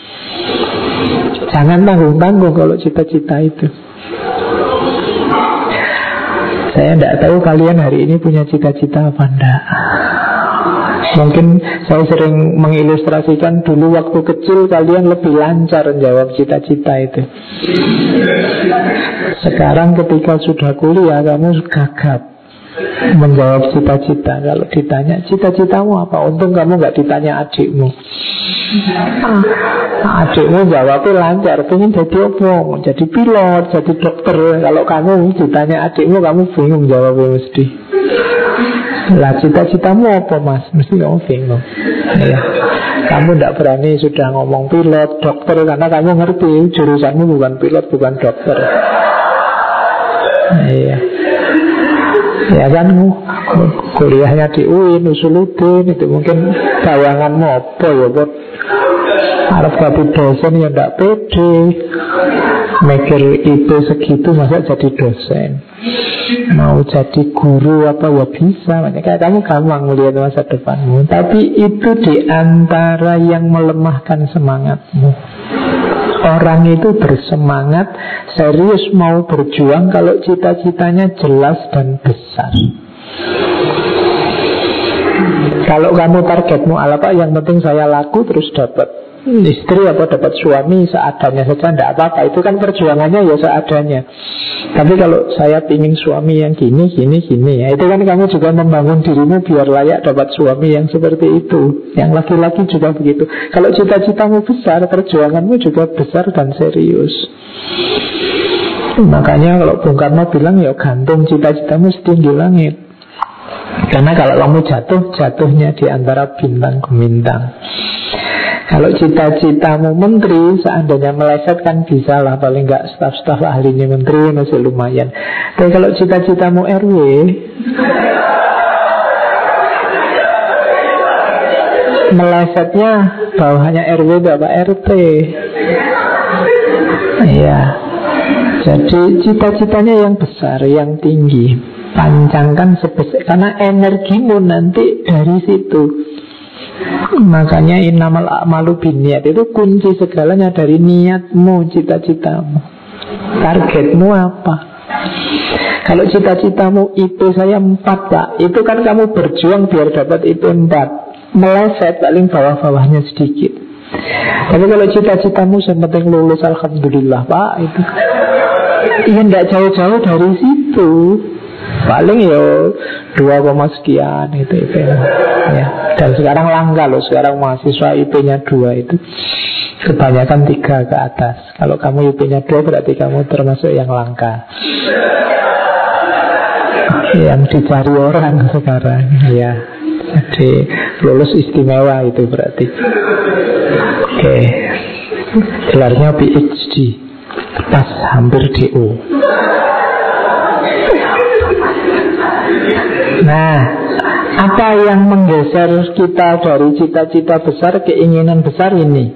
Jangan tanggung-tanggung kalau cita-cita itu. Saya tidak tahu kalian hari ini punya cita-cita apa enggak. Mungkin saya sering mengilustrasikan dulu waktu kecil kalian lebih lancar menjawab cita-cita itu. Sekarang ketika sudah kuliah kamu gagap menjawab cita-cita. Kalau ditanya cita-citamu apa, untung kamu nggak ditanya adikmu. ah, Adikmu jawabnya lancar, pengen jadi apa? Jadi pilot, jadi dokter. Kalau kamu ditanya adikmu, kamu bingung jawabnya mesti. Lah cita-citamu apa mas? Mesti kamu bingung ya. Kamu tidak berani sudah ngomong pilot, dokter, karena kamu ngerti jurusanmu bukan pilot, bukan dokter. Iya. Ya kan, kuliahnya di U I N, Usuluddin, itu mungkin bayanganmu apa ya, buat Arab jadi dosen ya tidak pede, mikir itu segitu masa jadi dosen. Mau jadi guru apa ya bisa, makanya kamu gampang melihat masa depanmu. Tapi itu diantara yang melemahkan semangatmu. Orang itu bersemangat, serius mau berjuang kalau cita-citanya jelas dan besar. Kalau kamu targetmu apa, yang penting saya laku terus dapat istri apa dapat suami seadanya saja, tidak apa-apa. Itu kan perjuangannya ya seadanya. Tapi kalau saya pingin suami yang gini, gini, gini, ya itu kan kamu juga membangun dirimu biar layak dapat suami yang seperti itu. Yang laki-laki juga begitu. Kalau cita-citamu besar, perjuanganmu juga besar dan serius. Makanya kalau Bung Karno bilang ya gantung cita-citamu setinggi langit. Karena kalau kamu jatuh, jatuhnya di antara bintang gemintang. Kalau cita-citamu menteri, seandainya meleset kan bisa lah, paling nggak staf-staf ahlinya menteri masih lumayan. Tapi kalau cita-citamu R W, melesetnya bawahannya R W bapak R T. Iya. Jadi cita-citanya yang besar, yang tinggi, pancangkan sebesar, karena energimu nanti dari situ. Makanya innamal a'malu binniyat, itu kunci segalanya dari niatmu, cita-citamu. Targetmu apa? Kalau cita-citamu I P saya empat pak, itu kan kamu berjuang biar dapat I P empat. Meleset paling bawah-bawahnya sedikit. Tapi kalau cita-citamu yang penting lulus, alhamdulillah pak, itu iya tidak jauh-jauh dari situ. Paling ya dua koma sekian itu I P ya. Dan sekarang langka loh, sekarang mahasiswa I P-nya dua itu kebanyakan tiga ke atas. Kalau kamu I P-nya dua berarti kamu termasuk yang langka, yang dicari orang sekarang ya. Jadi lulus istimewa itu berarti. Oke okay. Gelarnya P H D, pas hampir D O. Nah, apa yang menggeser kita dari cita-cita besar, keinginan besar ini?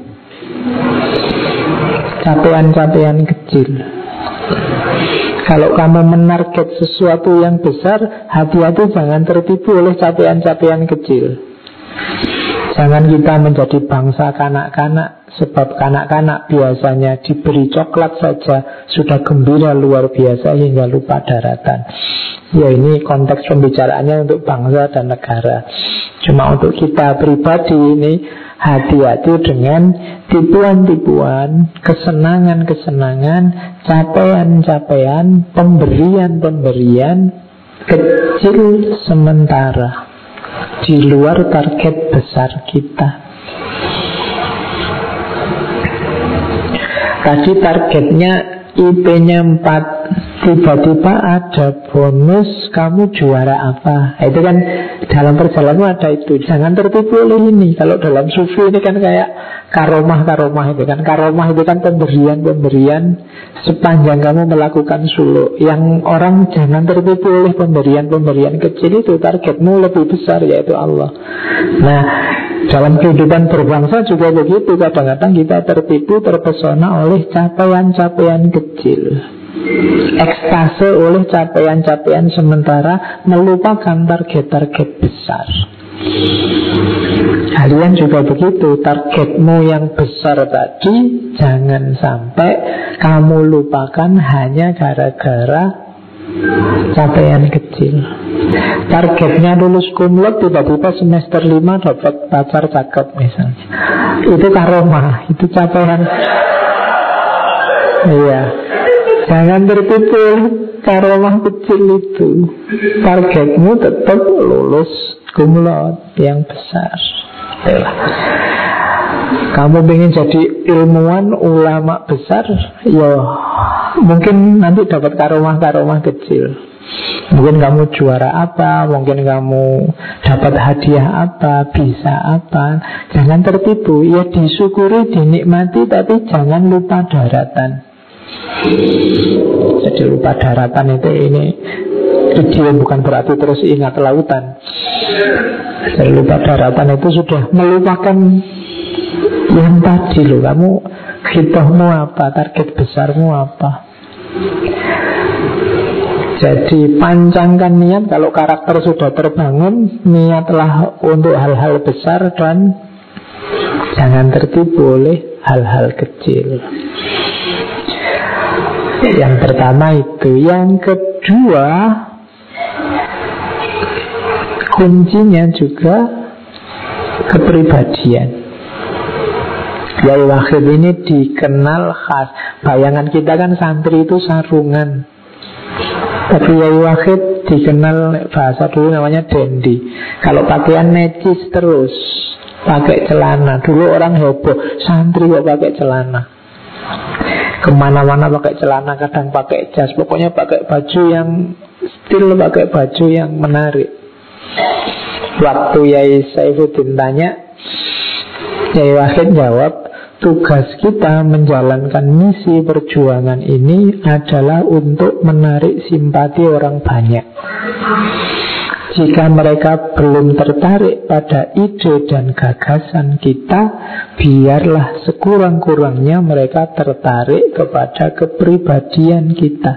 Capaian-capaian kecil. Kalau kamu menarget sesuatu yang besar, hati-hati jangan tertipu oleh capaian-capaian kecil. Jangan kita menjadi bangsa kanak-kanak. Sebab kanak-kanak biasanya diberi coklat saja sudah gembira luar biasa hingga lupa daratan. Ya ini konteks pembicaraannya untuk bangsa dan negara. Cuma untuk kita pribadi ini, hati-hati dengan tipuan-tipuan, kesenangan-kesenangan, capaian-capaian, pemberian-pemberian kecil sementara di luar target besar kita. Tadi targetnya I P-nya empat, tiba-tiba ada bonus, kamu juara apa. Itu kan dalam perjalanan ada itu. Jangan tertipu oleh ini. Kalau dalam sufi ini kan kayak karomah-karomah itu kan. Karomah itu kan pemberian-pemberian sepanjang kamu melakukan suluk. Yang orang jangan tertipu oleh pemberian-pemberian kecil itu. Targetmu lebih besar, yaitu Allah. Nah, dalam kehidupan berbangsa juga begitu. Kadang-kadang kita tertipu, terpesona oleh capaian-capaian kecil, ekstase oleh capaian-capaian sementara, melupakan target-target besar. Kalian juga begitu. Targetmu yang besar tadi jangan sampai kamu lupakan hanya gara-gara capaian kecil. Targetnya lulus cum laude, tiba-tiba semester lima dapat pacar cakep misalnya. Itu karomah, itu capaian. Iya, jangan tertipu karomah kecil itu. Targetmu tetap lulus cum laude yang besar. Yalah. Kamu ingin jadi ilmuwan, ulama besar, ya mungkin nanti dapat karomah-karomah kecil. Mungkin kamu juara apa, mungkin kamu dapat hadiah apa, bisa apa. Jangan tertipu, ya disyukuri, dinikmati, tapi jangan lupa daratan. Jadi lupa daratan itu ini idiom, bukan berarti terus ingat lautan. Jadi lupa daratan itu sudah melupakan yang tadi loh. Kamu hitohmu apa, target besarmu apa. Jadi pancangkan niat. Kalau karakter sudah terbangun, niatlah untuk hal-hal besar dan jangan tertipu oleh hal-hal kecil. Yang pertama itu. Yang kedua, kuncinya juga kepribadian. Yai Wahid ini dikenal khas. Bayangan kita kan santri itu sarungan, tapi Yai Wahid dikenal, bahasa dulu namanya dandy. Kalau pakaian necis terus, pakai celana. Dulu orang heboh, santri kok pakai celana, kemana-mana pakai celana, kadang pakai jas. Pokoknya pakai baju yang stil, pakai baju yang menarik. Waktu Yai Saifuddin tanya, Yai Wahid jawab, tugas kita menjalankan misi perjuangan ini adalah untuk menarik simpati orang banyak. Jika mereka belum tertarik pada ide dan gagasan kita, biarlah sekurang-kurangnya mereka tertarik kepada kepribadian kita.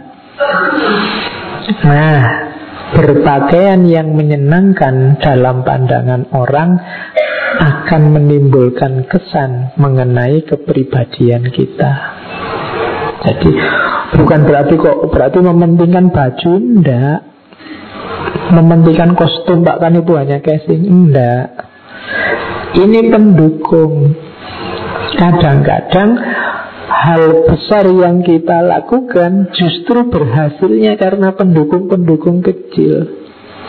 Nah, berpakaian yang menyenangkan dalam pandangan orang akan menimbulkan kesan mengenai kepribadian kita. Jadi bukan berarti kok berarti mementingkan baju, enggak. Mementingkan kostum bahkan itu hanya casing, enggak. Ini pendukung. Kadang-kadang hal besar yang kita lakukan justru berhasilnya karena pendukung-pendukung kecil.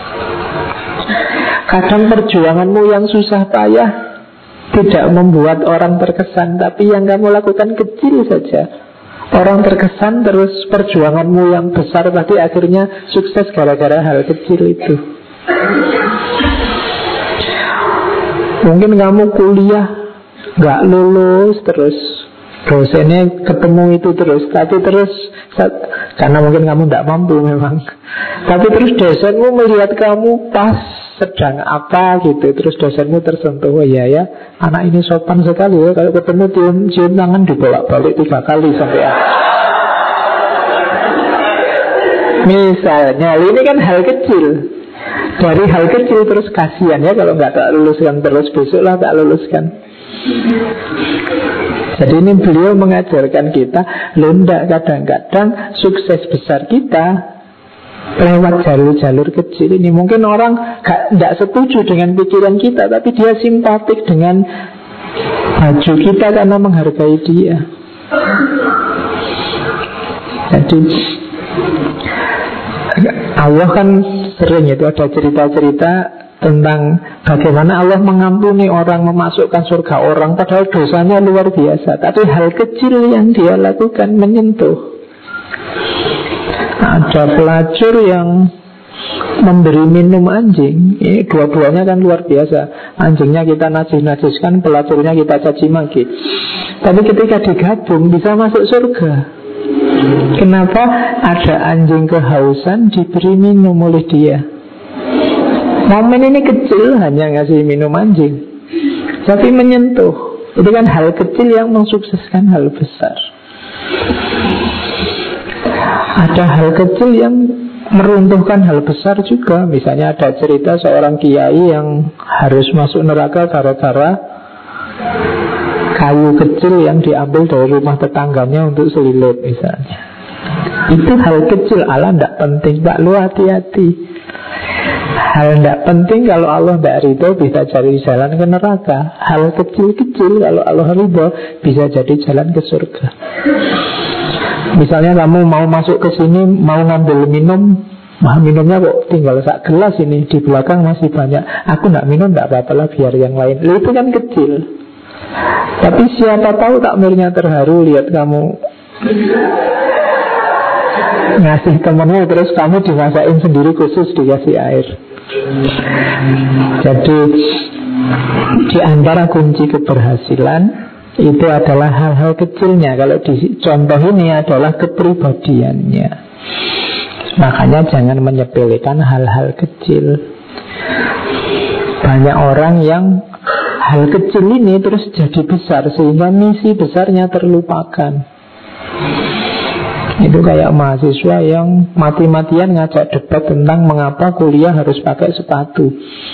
Kadang perjuanganmu yang susah payah tidak membuat orang terkesan, tapi yang kamu lakukan kecil saja orang terkesan, terus perjuanganmu yang besar tadi akhirnya sukses gara-gara hal kecil itu. Mungkin kamu kuliah gak lulus, terus dosennya ketemu itu terus, tapi terus karena mungkin kamu tidak mampu memang, tapi terus dosenmu melihat kamu pas sedang apa gitu, terus dosenmu tersentuh, oh iya ya, anak ini sopan sekali ya, kalau ketemu cium, cium tangan dibolak-balik tiga kali sampai ya. Misalnya, ini kan hal kecil. Dari hal kecil terus kasihan ya kalau nggak tak luluskan, terus besok lah tak luluskan. Jadi ini beliau mengajarkan kita, loh enggak, kadang-kadang sukses besar kita lewat jalur-jalur kecil ini. Mungkin orang gak, gak setuju dengan pikiran kita, tapi dia simpatik dengan baju kita karena menghargai dia. Jadi Allah kan sering itu ada cerita-cerita tentang bagaimana Allah mengampuni orang, memasukkan surga orang, padahal dosanya luar biasa, tapi hal kecil yang dia lakukan menyentuh. Ada pelacur yang memberi minum anjing. Ini dua-duanya kan luar biasa. Anjingnya kita najis-najiskan, pelacurnya kita caci maki. Tapi ketika digabung bisa masuk surga. Kenapa? Ada anjing kehausan diberi minum oleh dia. Momen ini kecil, hanya ngasih minum anjing, tapi menyentuh. Itu kan hal kecil yang mensukseskan hal besar. Ada hal kecil yang meruntuhkan hal besar juga. Misalnya ada cerita seorang kiai yang harus masuk neraka gara-gara kayu kecil yang diambil dari rumah tetangganya untuk selilit misalnya. Itu hal kecil, Allah tidak penting, Pak, lu hati-hati. Hal tidak penting kalau Allah tidak ridho bisa jadi jalan ke neraka. Hal kecil-kecil kalau Allah ridho bisa jadi jalan ke surga. Misalnya kamu mau masuk ke sini, mau ngambil minum, wah minumnya kok tinggal sak gelas ini, di belakang masih banyak. Aku tidak minum, tidak apa-apa lah, biar yang lain. Itu kan kecil. Tapi siapa tahu takmirnya terharu lihat kamu ngasih temenmu, terus kamu dimasakin sendiri khusus dikasih air. Jadi di antara kunci keberhasilan itu adalah hal-hal kecilnya. Kalau di contoh ini adalah kepribadiannya. Makanya jangan menyepelekan hal-hal kecil. Banyak orang yang hal kecil ini terus jadi besar, sehingga misi besarnya terlupakan. Itu kayak mahasiswa yang mati-matian ngajak debat tentang mengapa kuliah harus pakai sepatu.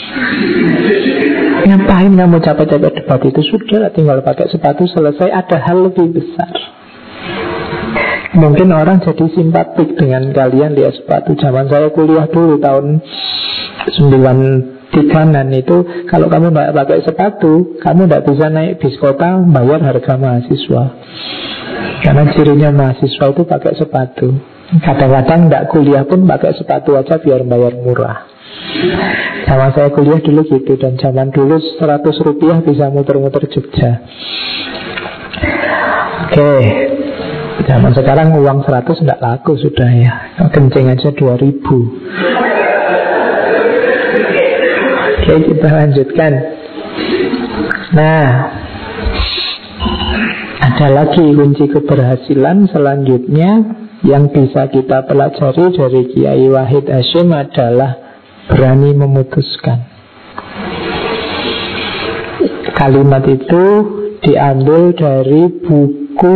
Ngapain kamu capek-capek debat itu? Sudah, tinggal pakai sepatu, selesai. Ada hal lebih besar. Mungkin orang jadi simpatik dengan kalian lihat sepatu. Zaman saya kuliah dulu tahun sembilan tiga-an itu, kalau kamu tidak pakai sepatu, kamu tidak bisa naik bis kota bayar harga mahasiswa. Karena cirinya mahasiswa itu pakai sepatu. Kadang-kadang tidak kuliah pun pakai sepatu aja biar bayar murah. Sama saya kuliah dulu gitu. Dan zaman dulu seratus rupiah bisa muter-muter Jogja. Oke. Zaman sekarang uang seratus tidak laku sudah ya. Kencing aja dua ribu. Oke, kita lanjutkan. Nah, ada lagi kunci keberhasilan selanjutnya yang bisa kita pelajari dari Kiai Wahid Hasyim adalah berani memutuskan. Kalimat itu diambil dari buku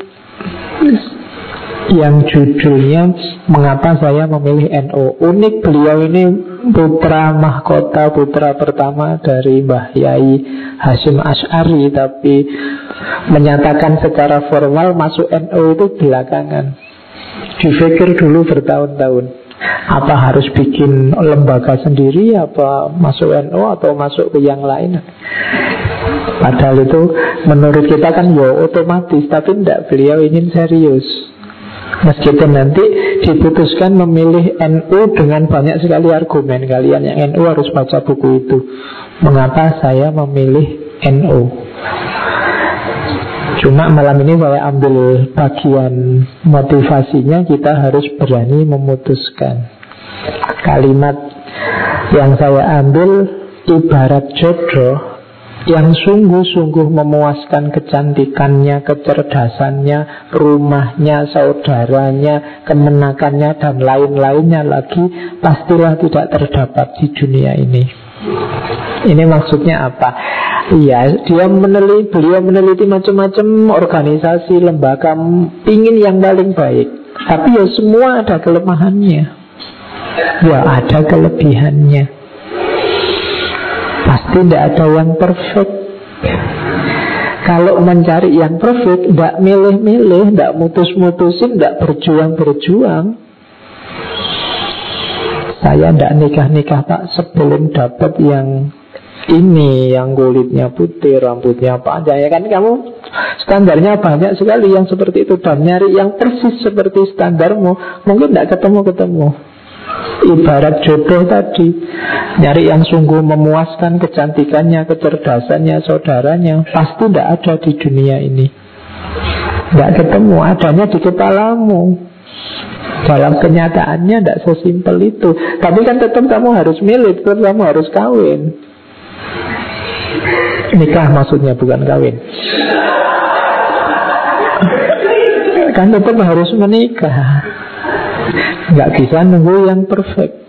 yang judulnya Mengapa Saya Memilih N U. Unik, beliau ini putra mahkota, putra pertama dari Mbah Yai Hasyim Asy'ari, tapi menyatakan secara formal masuk N U itu belakangan. Dipikir dulu bertahun-tahun, apa harus bikin lembaga sendiri, apa masuk N U atau masuk ke yang lain. Padahal itu menurut kita kan ya otomatis, tapi tidak, beliau ingin serius. Meskipun nanti diputuskan memilih N U dengan banyak sekali argumen. Kalian yang N U harus baca buku itu, Mengapa Saya Memilih N U. Cuma malam ini saya ambil bagian motivasinya. Kita harus berani memutuskan. Kalimat yang saya ambil ibarat jodoh yang sungguh-sungguh memuaskan kecantikannya, kecerdasannya, rumahnya, saudaranya, kemenakannya, dan lain-lainnya lagi, pastilah tidak terdapat di dunia ini. Ini maksudnya apa? Iya, dia meneliti, beliau meneliti macam-macam organisasi, lembaga, ingin yang paling baik. Tapi ya semua ada kelemahannya, ya ada kelebihannya. Pasti tidak ada yang perfect. Kalau mencari yang perfect, tidak milih-milih, tidak mutus-mutusin, tidak berjuang-berjuang. Saya tidak nikah-nikah Pak sebelum dapat yang ini, yang kulitnya putih, rambutnya panjang. Ya kan kamu standarnya banyak sekali yang seperti itu. Dan nyari yang persis seperti standarmu mungkin tidak ketemu-ketemu. Ibarat jodoh tadi, nyari yang sungguh memuaskan kecantikannya, kecerdasannya, saudaranya, pasti tidak ada di dunia ini. Tidak ketemu, adanya di kepalamu. Dalam kenyataannya tidak sesimpel itu. Tapi kan tetap kamu harus milih, tetap kamu harus kawin. Nikah maksudnya, bukan kawin. Kan tetap harus menikah. Nggak bisa nunggu yang perfect.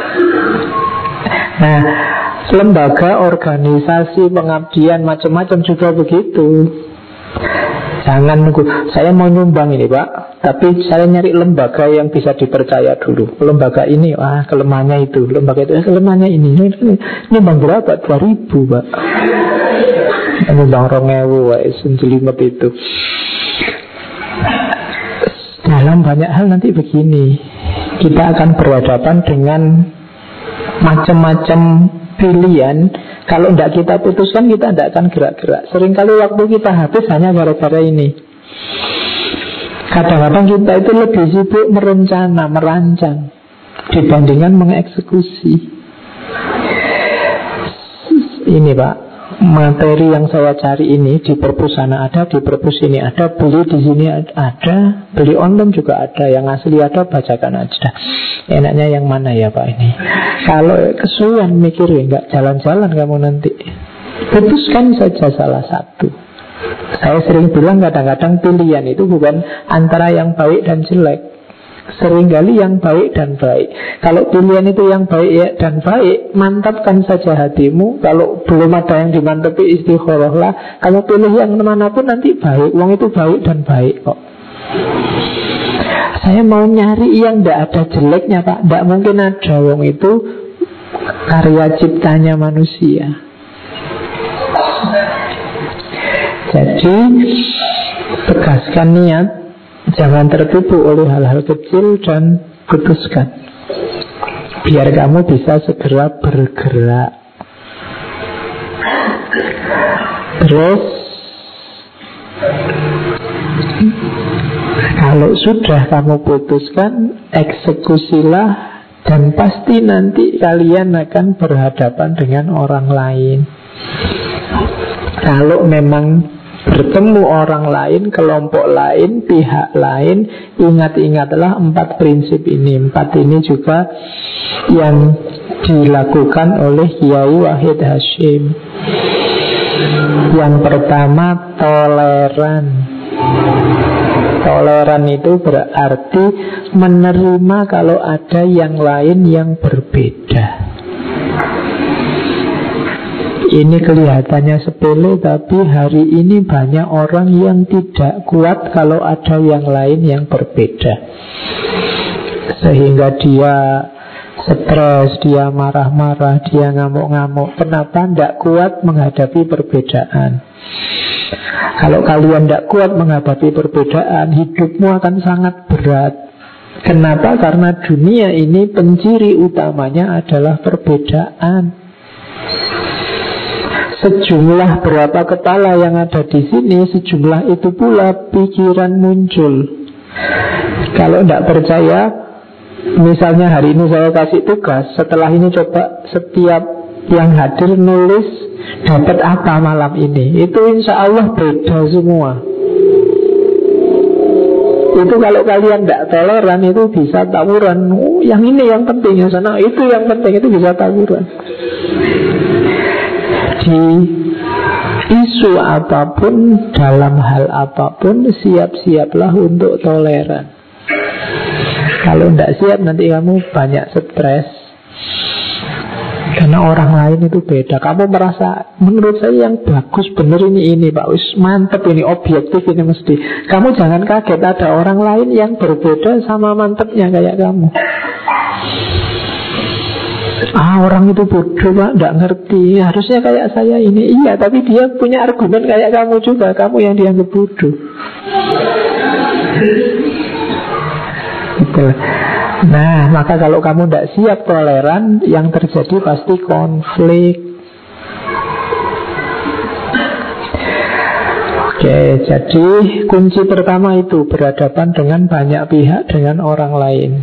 Nah, lembaga, organisasi, pengabdian macam-macam juga begitu. Jangan nunggu, saya mau nyumbang ini Pak, tapi saya nyari lembaga yang bisa dipercaya dulu. Lembaga ini, wah kelemahannya itu. Lembaga itu, eh, kelemahannya ini. Nyumbang berapa? dua ribu Pak. Nyumbang rongewu, wah senjelimet itu. Dalam banyak hal nanti begini, kita akan berhadapan dengan macam-macam pilihan. Kalau tidak kita putuskan, kita tidak akan gerak-gerak. Seringkali waktu kita habis hanya gara-gara ini. Kadang-kadang kita itu lebih sibuk merencana, merancang dibandingkan mengeksekusi. Ini Pak, materi yang saya cari ini di perpus sana ada, di perpus ini ada, beli di sini ada, beli online juga ada, yang asli ada, bacakan aja. Enaknya yang mana ya Pak ini? Kalau kesulitan mikir ya nggak jalan-jalan kamu nanti. Putuskan saja salah satu. Saya sering bilang kadang-kadang pilihan itu bukan antara yang baik dan jelek. Seringkali yang baik dan baik. Kalau pilihan itu yang baik ya dan baik, mantapkan saja hatimu. Kalau belum ada yang dimantapi, istikharahlah. Kalau pilih yang manapun nanti baik. Uang itu baik dan baik kok. Saya mau nyari yang tidak ada jeleknya Pak. Tidak mungkin ada. Wong itu karya ciptanya manusia. Jadi tegaskan niat, jangan tertipu oleh hal-hal kecil, dan putuskan biar kamu bisa segera bergerak. Terus kalau sudah kamu putuskan, eksekusilah, dan pasti nanti kalian akan berhadapan dengan orang lain. Kalau memang bertemu orang lain, kelompok lain, pihak lain, ingat-ingatlah empat prinsip ini. Empat ini juga yang dilakukan oleh Kiai Wahid Hasyim. Yang pertama, toleran. Toleran itu berarti menerima kalau ada yang lain yang berbeda. Ini kelihatannya sepele, tapi hari ini banyak orang yang tidak kuat kalau ada yang lain yang berbeda. Sehingga dia stres, dia marah-marah, dia ngamuk-ngamuk. Kenapa? Tidak kuat menghadapi perbedaan. Kalau kalian tidak kuat menghadapi perbedaan, hidupmu akan sangat berat. Kenapa? Karena dunia ini penciri utamanya adalah perbedaan. Sejumlah berapa kepala yang ada di sini, sejumlah itu pula pikiran muncul. Kalau tidak percaya, misalnya hari ini saya kasih tugas, setelah ini coba setiap yang hadir nulis dapat apa malam ini. Itu insya Allah beda semua. Itu kalau kalian tidak toleran, itu bisa tawuran. Oh, yang ini yang penting, yang sana itu yang penting, itu bisa tawuran. Di isu apapun, dalam hal apapun, siap-siaplah untuk toleran. Kalau tidak siap, nanti kamu banyak stres. Karena orang lain itu beda. Kamu merasa, menurut saya yang bagus bener ini ini Pak, wis mantep ini, objektif ini mesti. Kamu jangan kaget ada orang lain yang berbeda sama mantepnya kayak kamu. Ah, orang itu bodoh Pak, tidak ngerti, harusnya kayak saya ini. Iya, tapi dia punya argumen kayak kamu juga. Kamu yang dianggap bodoh. Betul. Nah, maka kalau kamu tidak siap toleran, yang terjadi pasti konflik. Oke, jadi kunci pertama itu berhadapan dengan banyak pihak, dengan orang lain.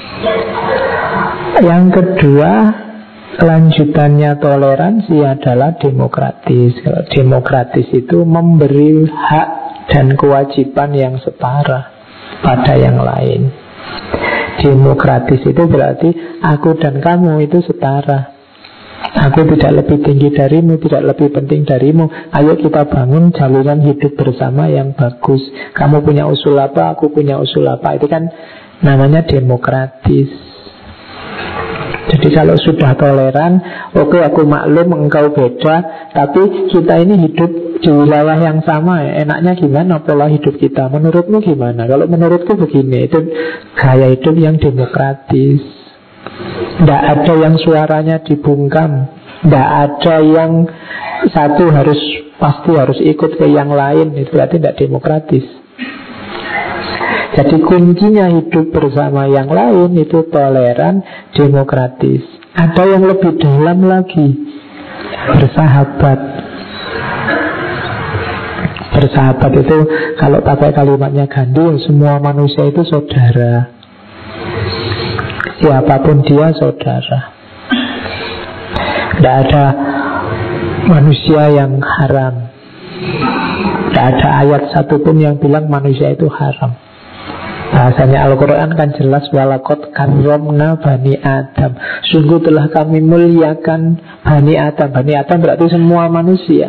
Yang kedua, lanjutannya toleransi adalah demokratis. Kalau demokratis itu memberi hak dan kewajiban yang setara pada yang lain. Demokratis itu berarti aku dan kamu itu setara. Aku tidak lebih tinggi darimu, tidak lebih penting darimu. Ayo kita bangun jaluran hidup bersama yang bagus. Kamu punya usul apa, aku punya usul apa. Itu kan namanya demokratis. Jadi kalau sudah toleran, oke okay, aku maklum engkau beda, tapi kita ini hidup di wilayah yang sama ya. Enaknya gimana pola hidup kita? Menurutmu gimana? Kalau menurutku begini. Itu gaya hidup yang demokratis. Tidak ada yang suaranya dibungkam. Tidak ada yang satu harus pasti harus ikut ke yang lain. Itu berarti tidak demokratis. Jadi kuncinya hidup bersama yang lain itu toleran, demokratis. Ada yang lebih dalam lagi, bersahabat. Bersahabat itu kalau pakai kalimatnya Gandhi, semua manusia itu saudara. Siapapun dia saudara. Tidak ada manusia yang haram. Tidak ada ayat satupun yang bilang manusia itu haram. Bahasanya Al-Quran kan jelas, walakot karomna bani Adam. Sungguh telah kami muliakan bani Adam. Bani Adam berarti semua manusia.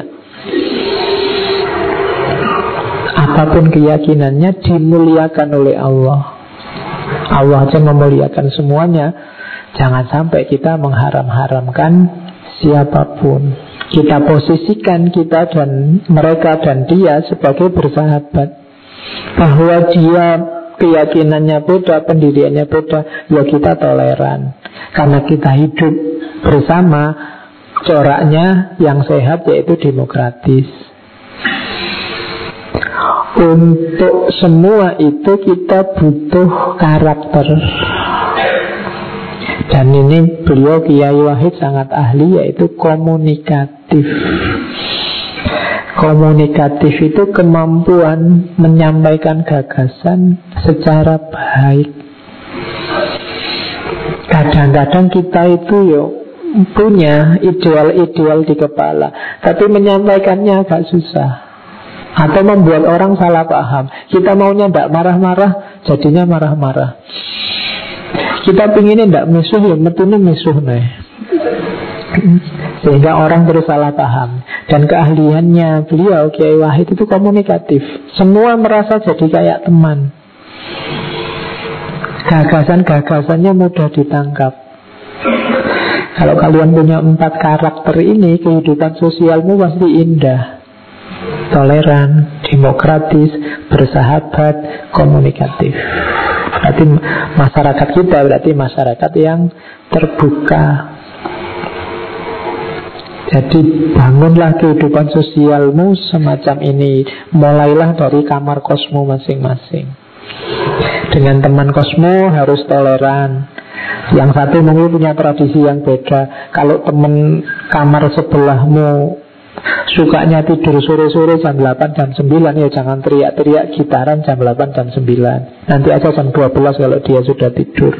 Apapun keyakinannya dimuliakan oleh Allah. Allah aja memuliakan semuanya. Jangan sampai kita mengharam-haramkan siapapun. Kita posisikan kita dan mereka dan dia sebagai bersahabat. Bahwa dia keyakinannya beda, pendiriannya beda, ya kita toleran. Karena kita hidup bersama, coraknya yang sehat yaitu demokratis. Untuk semua itu kita butuh karakter. Dan ini beliau Kiai Wahid sangat ahli, yaitu komunikatif. Komunikatif itu kemampuan menyampaikan gagasan secara baik. Kadang-kadang kita itu yo punya ideal-ideal di kepala, tapi menyampaikannya agak susah. Atau membuat orang salah paham. Kita maunya tidak marah-marah, jadinya marah-marah. Kita pinginnya tidak misuh, ya metune misuh nih. Sehingga orang terus salah paham. Dan keahliannya beliau Kiai Wahid itu komunikatif. Semua merasa jadi kayak teman. Gagasan-gagasannya mudah ditangkap. Kalau kalian punya empat karakter ini, kehidupan sosialmu pasti indah. Toleran, demokratis, bersahabat, komunikatif. Berarti masyarakat kita berarti masyarakat yang terbuka. Jadi bangunlah kehidupan sosialmu semacam ini. Mulailah dari kamar kosmu masing-masing. Dengan teman kosmu harus toleran. Yang satu mungkin punya tradisi yang beda. Kalau teman kamar sebelahmu sukanya tidur sore-sore jam delapan, jam sembilan, ya jangan teriak-teriak gitaran jam delapan, jam sembilan. Nanti aja jam dua belas kalau dia sudah tidur.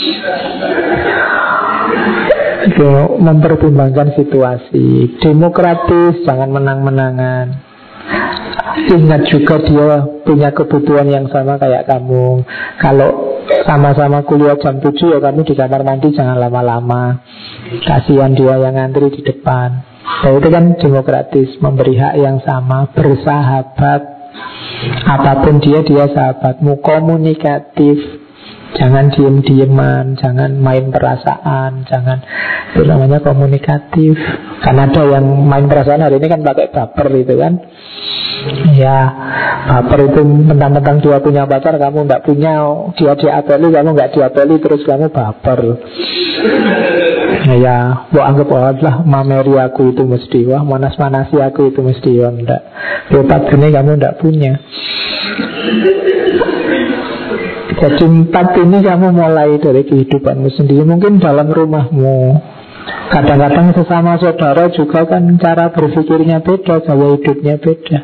Itu mempertimbangkan situasi. Demokratis, jangan menang-menangan. Ingat juga dia punya kebutuhan yang sama kayak kamu. Kalau sama-sama kuliah jam tujuh, ya kamu di kamar mandi jangan lama-lama. Kasihan dia yang ngantri di depan. Nah, itu kan demokratis, memberi hak yang sama, bersahabat. Apapun dia, dia sahabatmu. Komunikatif. Jangan diem-dieman, jangan main perasaan, jangan, itu namanya komunikatif. Karena ada yang main perasaan hari ini kan pakai baper itu kan. Ya, baper itu mentang-mentang dia punya pacar, kamu tidak punya, dia diapeli, kamu nggak diapeli, terus kamu baper. Ya, mau anggap oh lah mameri aku itu mesti, wah manas-manasi aku itu mesti, wah enggak. Lepas ini kamu tidak punya. Jadi empat ini kamu mulai dari kehidupanmu sendiri. Mungkin dalam rumahmu. Kadang-kadang sesama saudara juga kan cara berpikirnya beda, gaya hidupnya beda.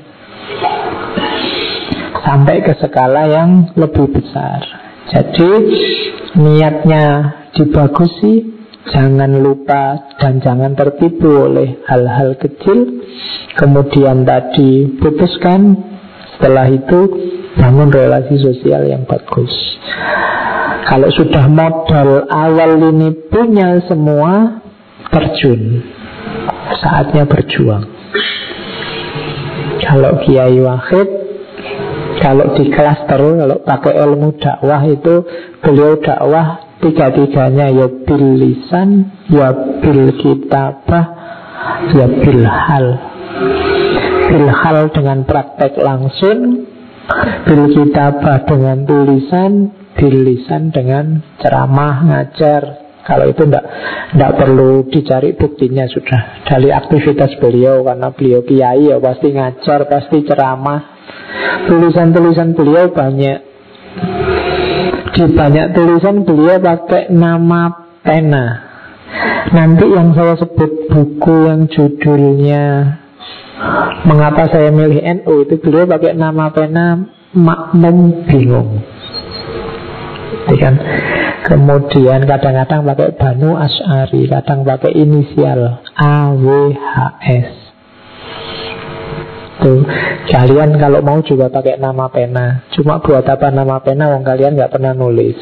Sampai ke skala yang lebih besar. Jadi niatnya dibagusi, jangan lupa dan jangan tertipu oleh hal-hal kecil. Kemudian tadi putuskan. Setelah itu bangun relasi sosial yang bagus. Kalau sudah modal awal ini punya semua, terjun, saatnya berjuang. Kalau Kiai Wahid, kalau di klaster, kalau pakai ilmu dakwah itu, beliau dakwah tiga-tiganya, ya bil lisan, ya bil kitabah, ya bil hal. Bil hal dengan praktek langsung, bil kitabah dengan tulisan, bil lisan dengan ceramah, ngajar. Kalau itu enggak, enggak perlu dicari buktinya, sudah dari aktivitas beliau. Karena beliau kiai ya pasti ngajar, pasti ceramah. Tulisan-tulisan beliau banyak. Di banyak tulisan beliau pakai nama pena. Nanti yang saya sebut buku yang judulnya Mengapa Saya Milih N U, itu beliau pakai nama pena Makmum Bingung. Kan? Kemudian kadang-kadang pakai Banu Asy'ari, kadang pakai inisial A W H S. Tuh, kalian kalau mau juga pakai nama pena. Cuma buat apa nama pena, wong kalian nggak pernah nulis.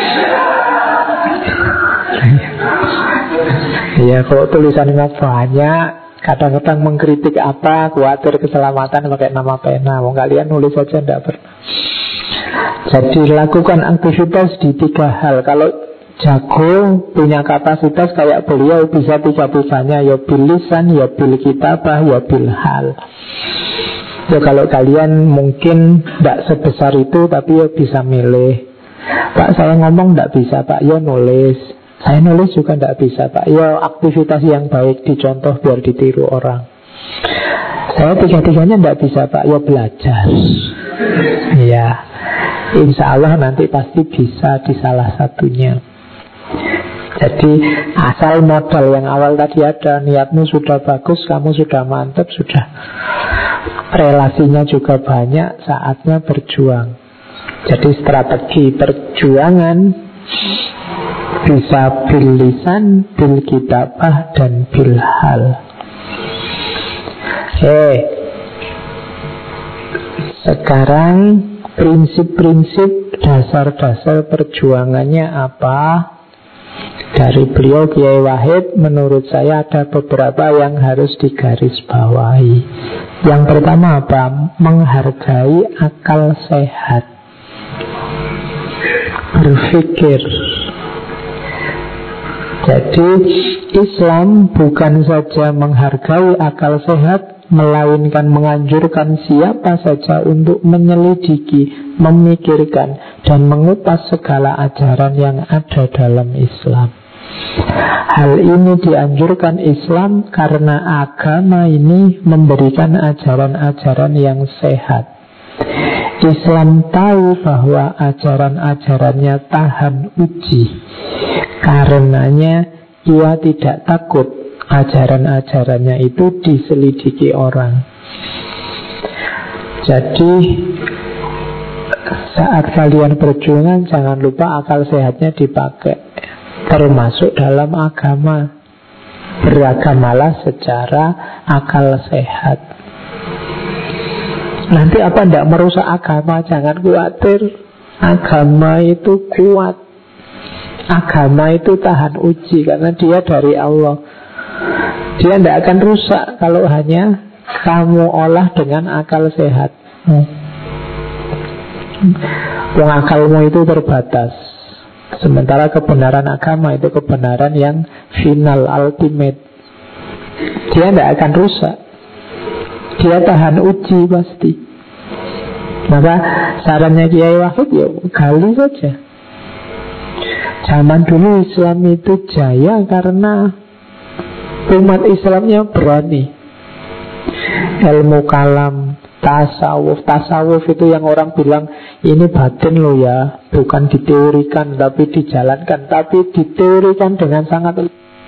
Ya, kalau tulisannya banyak, kadang-kadang mengkritik apa, khawatir keselamatan, pakai nama pena. Wong kalian nulis saja nggak pernah. Jadi lakukan aktivitas di tiga hal. Kalau jago, punya kapasitas kayak beliau, bisa tiga-tiganya, ya bil lisan, ya bil kitabah, ya bil hal. Ya kalau kalian mungkin tidak sebesar itu, tapi ya bisa milih. Pak, saya ngomong tidak bisa, Pak, ya nulis. Saya nulis juga tidak bisa, Pak, ya aktivitas yang baik dicontoh biar ditiru orang. Saya tiga-tiganya tidak bisa, Pak, ya belajar. Ya, insya Allah nanti pasti bisa di salah satunya. Jadi asal modal yang awal tadi ada, niatmu sudah bagus, kamu sudah mantap, sudah relasinya juga banyak, saatnya berjuang. Jadi strategi perjuangan bisa bil lisan, bil kitabah, dan bil hal. Oke, sekarang prinsip-prinsip dasar-dasar perjuangannya apa? Dari beliau Kiai Wahid, menurut saya ada beberapa yang harus digarisbawahi. Yang pertama apa? Menghargai akal sehat, berpikir. Jadi Islam bukan saja menghargai akal sehat, melainkan menganjurkan siapa saja untuk menyelidiki, memikirkan, dan mengupas segala ajaran yang ada dalam Islam. Hal ini dianjurkan Islam karena agama ini memberikan ajaran-ajaran yang sehat. Islam tahu bahwa ajaran-ajarannya tahan uji. Karenanya ia tidak takut ajaran-ajarannya itu diselidiki orang. Jadi saat kalian berjuang, jangan lupa akal sehatnya dipakai, termasuk dalam agama. Beragamalah secara akal sehat. Nanti apa tidak merusak agama? Jangan khawatir. Agama itu kuat. Agama itu tahan uji karena dia dari Allah. Dia tidak akan rusak kalau hanya kamu olah dengan akal sehat. hmm. Yang akalmu itu terbatas. Sementara kebenaran agama itu kebenaran yang final, ultimate. Dia tidak akan rusak. Dia tahan uji pasti. Maka sarannya Kiai Wahid, ya gali saja. Zaman dulu Islam itu jaya karena umat Islamnya berani. Ilmu kalam, tasawuf. Tasawuf itu yang orang bilang ini batin loh ya, bukan diteorikan tapi dijalankan. Tapi diteorikan dengan sangat.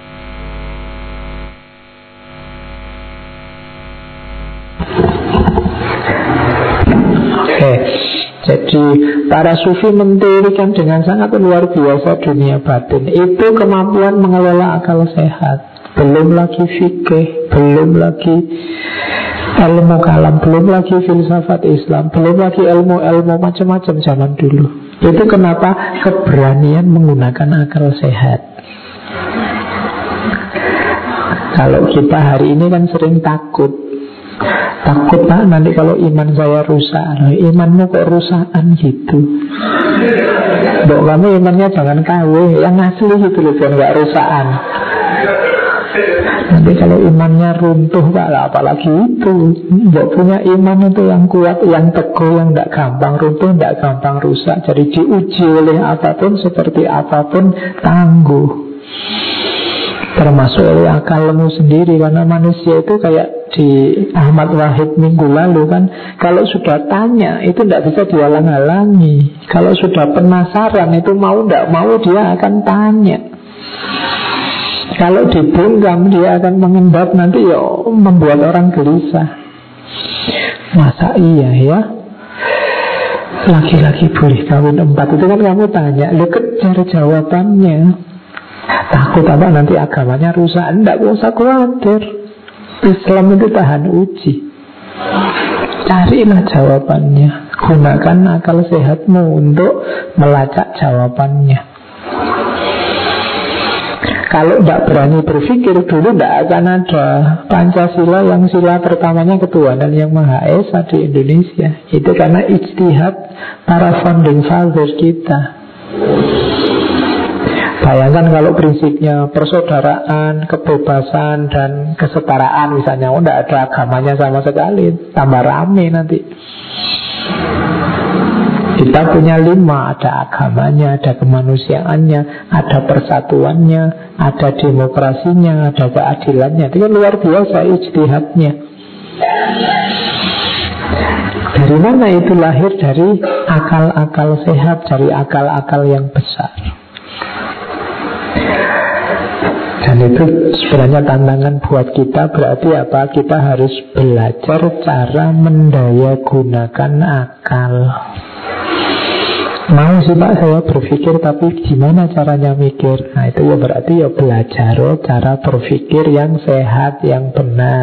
Oke, jadi para sufi menteorikan dengan sangat luar biasa dunia batin. Itu kemampuan mengelola akal sehat. Belum lagi fikih, belum lagi ilmu kalam, belum lagi filsafat Islam, belum lagi ilmu-ilmu macam-macam zaman dulu. Itu kenapa keberanian menggunakan akal sehat. Kalau kita hari ini kan sering takut. Takut Pak, nanti kalau iman saya rusak. Imanmu kok rusakan gitu? Dok, kamu imannya jangan K W, yang asli gitu loh, biar gak rusakan. Nanti kalau imannya runtuh Pak, apalagi itu. Dok punya iman itu yang kuat, yang teguh, yang gak gampang runtuh, gak gampang rusak. Jadi diuji oleh apapun, seperti apapun, tangguh. Termasuk oleh akalmu sendiri. Karena manusia itu kayak di Ahmad Wahid minggu lalu kan, kalau sudah tanya itu tidak bisa dihalang-halangi. Kalau sudah penasaran itu mau tidak mau dia akan tanya. Kalau dibungkam dia akan mengendap, nanti ya membuat orang gelisah. Masa iya ya laki-laki boleh kawin empat? Itu kan kamu tanya, lo kejar jawabannya. Takut apa nanti agamanya rusak? Tidak usah khawatir. Islam itu tahan uji. Carilah jawabannya. Gunakan akal sehatmu untuk melacak jawabannya. Kalau tidak berani berpikir dulu, tidak akan ada Pancasila yang sila pertamanya ketuhanan yang Maha Esa di Indonesia. Itu karena ijtihad para founding fathers kita. Bayangkan kalau prinsipnya persaudaraan, kebebasan, dan kesetaraan misalnya, oh tidak ada agamanya sama sekali, tambah rame nanti. Kita punya lima, ada agamanya, ada kemanusiaannya, ada persatuannya, ada demokrasinya, ada keadilannya. Itu kan luar biasa ijtihadnya. Dari mana itu lahir? Dari akal-akal sehat, dari akal-akal yang besar. Dan itu sebenarnya tantangan buat kita. Berarti apa? Kita harus belajar cara mendayagunakan akal. Mau sih Pak saya berpikir, tapi gimana caranya mikir? Nah itu ya berarti ya belajar cara berpikir yang sehat, yang benar.